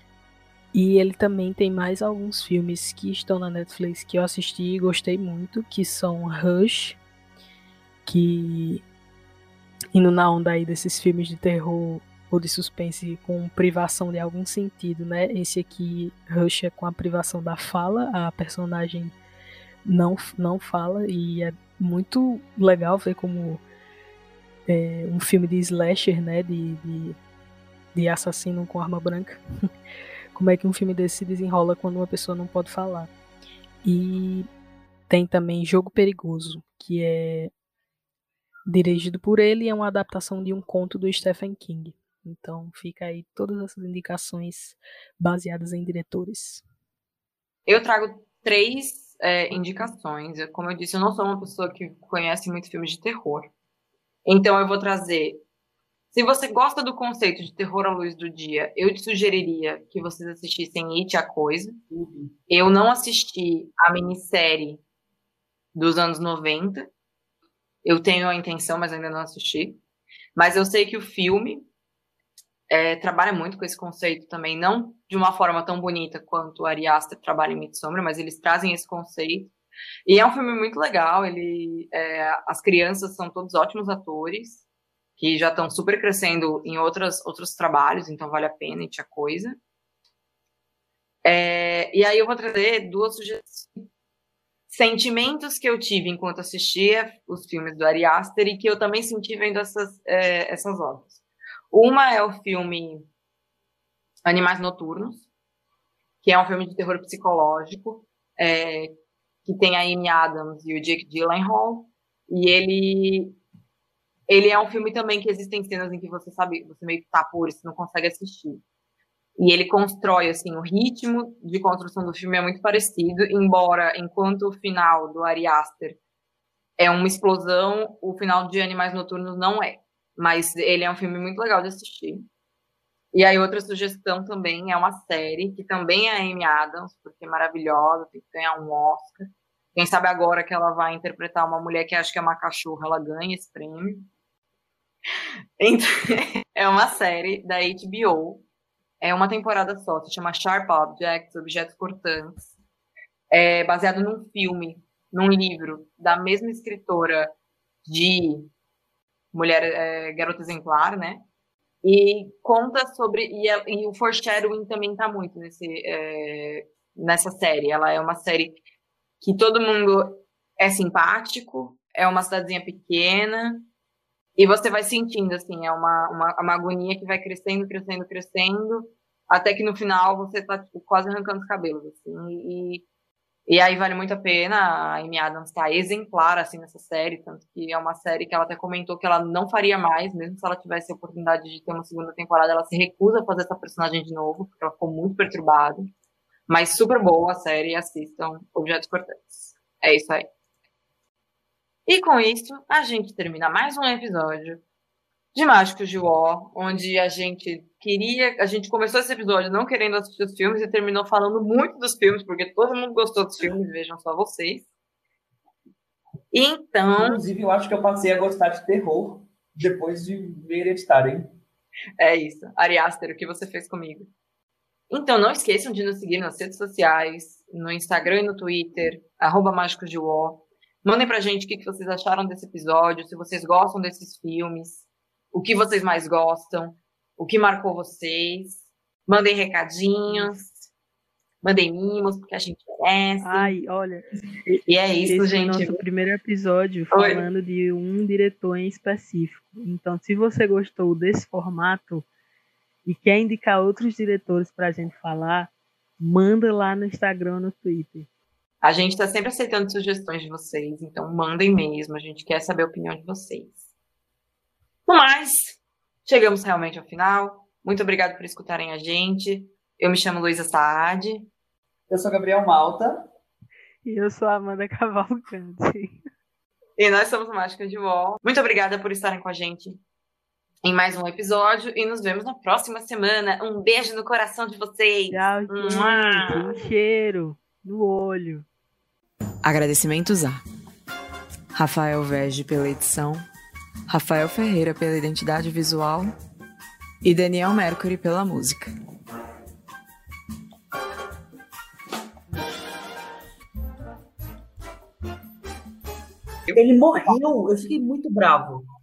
E ele também tem mais alguns filmes que estão na Netflix que eu assisti e gostei muito, que são Rush, que... indo na onda aí desses filmes de terror ou de suspense com privação de algum sentido, né? Esse aqui, Rush, é com a privação da fala, a personagem não, não fala, e é muito legal ver como é, um filme de slasher, né? De, de, de assassino com arma branca. Como é que um filme desse se desenrola quando uma pessoa não pode falar. E tem também Jogo Perigoso, que é dirigido por ele e é uma adaptação de um conto do Stephen King. Então fica aí todas essas indicações baseadas em diretores. Eu trago três é, indicações. Como eu disse, eu não sou uma pessoa que conhece muito filmes de terror. Então eu vou trazer... Se você gosta do conceito de terror à luz do dia, eu te sugeriria que vocês assistissem It, a Coisa. Uhum. Eu não assisti a minissérie dos anos noventa. Eu tenho a intenção, mas ainda não assisti. Mas eu sei que o filme é, trabalha muito com esse conceito também, não de uma forma tão bonita quanto o Ari Aster trabalha em Midsommar, mas eles trazem esse conceito. E é um filme muito legal. Ele, é, as crianças são todos ótimos atores, que já estão super crescendo em outras, outros trabalhos, então vale a pena, e a coisa. É, e aí eu vou trazer duas sugestões. Sentimentos que eu tive enquanto assistia os filmes do Ari Aster e que eu também senti vendo essas, é, essas obras. Uma é o filme Animais Noturnos, que é um filme de terror psicológico, é, que tem a Amy Adams e o Jake Gyllenhaal, e ele, ele é um filme também que existem cenas em que você sabe, você meio que tá por isso, não consegue assistir. E ele constrói, assim, o ritmo de construção do filme é muito parecido, embora, enquanto o final do Ari Aster é uma explosão, o final de Animais Noturnos não é. Mas ele é um filme muito legal de assistir. E aí outra sugestão também é uma série, que também é a Amy Adams, porque é maravilhosa, tem que ganhar um Oscar. Quem sabe agora que ela vai interpretar uma mulher que acha que é uma cachorra, ela ganha esse prêmio. Então, é uma série da H B O. É uma temporada só, se chama Sharp Objects, Objetos Cortantes. É baseado num filme, num livro, da mesma escritora de Mulher, é, Garota Exemplar, né? E conta sobre... E, e o foreshadowing também tá muito nesse, é, nessa série. Ela é uma série que todo mundo é simpático, é uma cidadezinha pequena, e você vai sentindo, assim, é uma, uma, uma agonia que vai crescendo, crescendo, crescendo, até que no final você tá tipo, quase arrancando os cabelos, assim, e, e aí vale muito a pena. A Amy Adams tá exemplar, assim, nessa série, tanto que é uma série que ela até comentou que ela não faria mais, mesmo se ela tivesse a oportunidade de ter uma segunda temporada, ela se recusa a fazer essa personagem de novo, porque ela ficou muito perturbada. Mas super boa a série, assistam Objetos Cortantes. É isso aí. E com isso, a gente termina mais um episódio de Mágicos de War, onde a gente queria... A gente começou esse episódio não querendo assistir os filmes e terminou falando muito dos filmes, porque todo mundo gostou dos filmes, vejam só vocês. Então... Inclusive, eu acho que eu passei a gostar de terror depois de ver Hereditário, hein? É isso. Ari Aster, o que você fez comigo? Então, não esqueçam de nos seguir nas redes sociais, no Instagram e no Twitter, arroba Mágicos de War. Mandem pra gente o que vocês acharam desse episódio, se vocês gostam desses filmes, o que vocês mais gostam, o que marcou vocês. Mandem recadinhos, mandem mimos, porque a gente merece. Ai, olha. E é isso, esse gente. Esse é o nosso primeiro episódio Oi. falando de um diretor em específico. Então, se você gostou desse formato e quer indicar outros diretores pra gente falar, manda lá no Instagram ou no Twitter. A gente está sempre aceitando sugestões de vocês, então mandem mesmo, a gente quer saber a opinião de vocês. No mais, chegamos realmente ao final. Muito obrigado por escutarem a gente. Eu me chamo Luísa Saad. Eu sou Gabriel Malta. E eu sou a Amanda Cavalcante. E nós somos o Mágicas de War. Muito obrigada por estarem com a gente em mais um episódio e nos vemos na próxima semana. Um beijo no coração de vocês. Tchau, gente. Um cheiro no olho. Agradecimentos a Rafael Vege pela edição, Rafael Ferreira pela identidade visual e Daniel Mercury pela música. Ele morreu, eu fiquei muito bravo.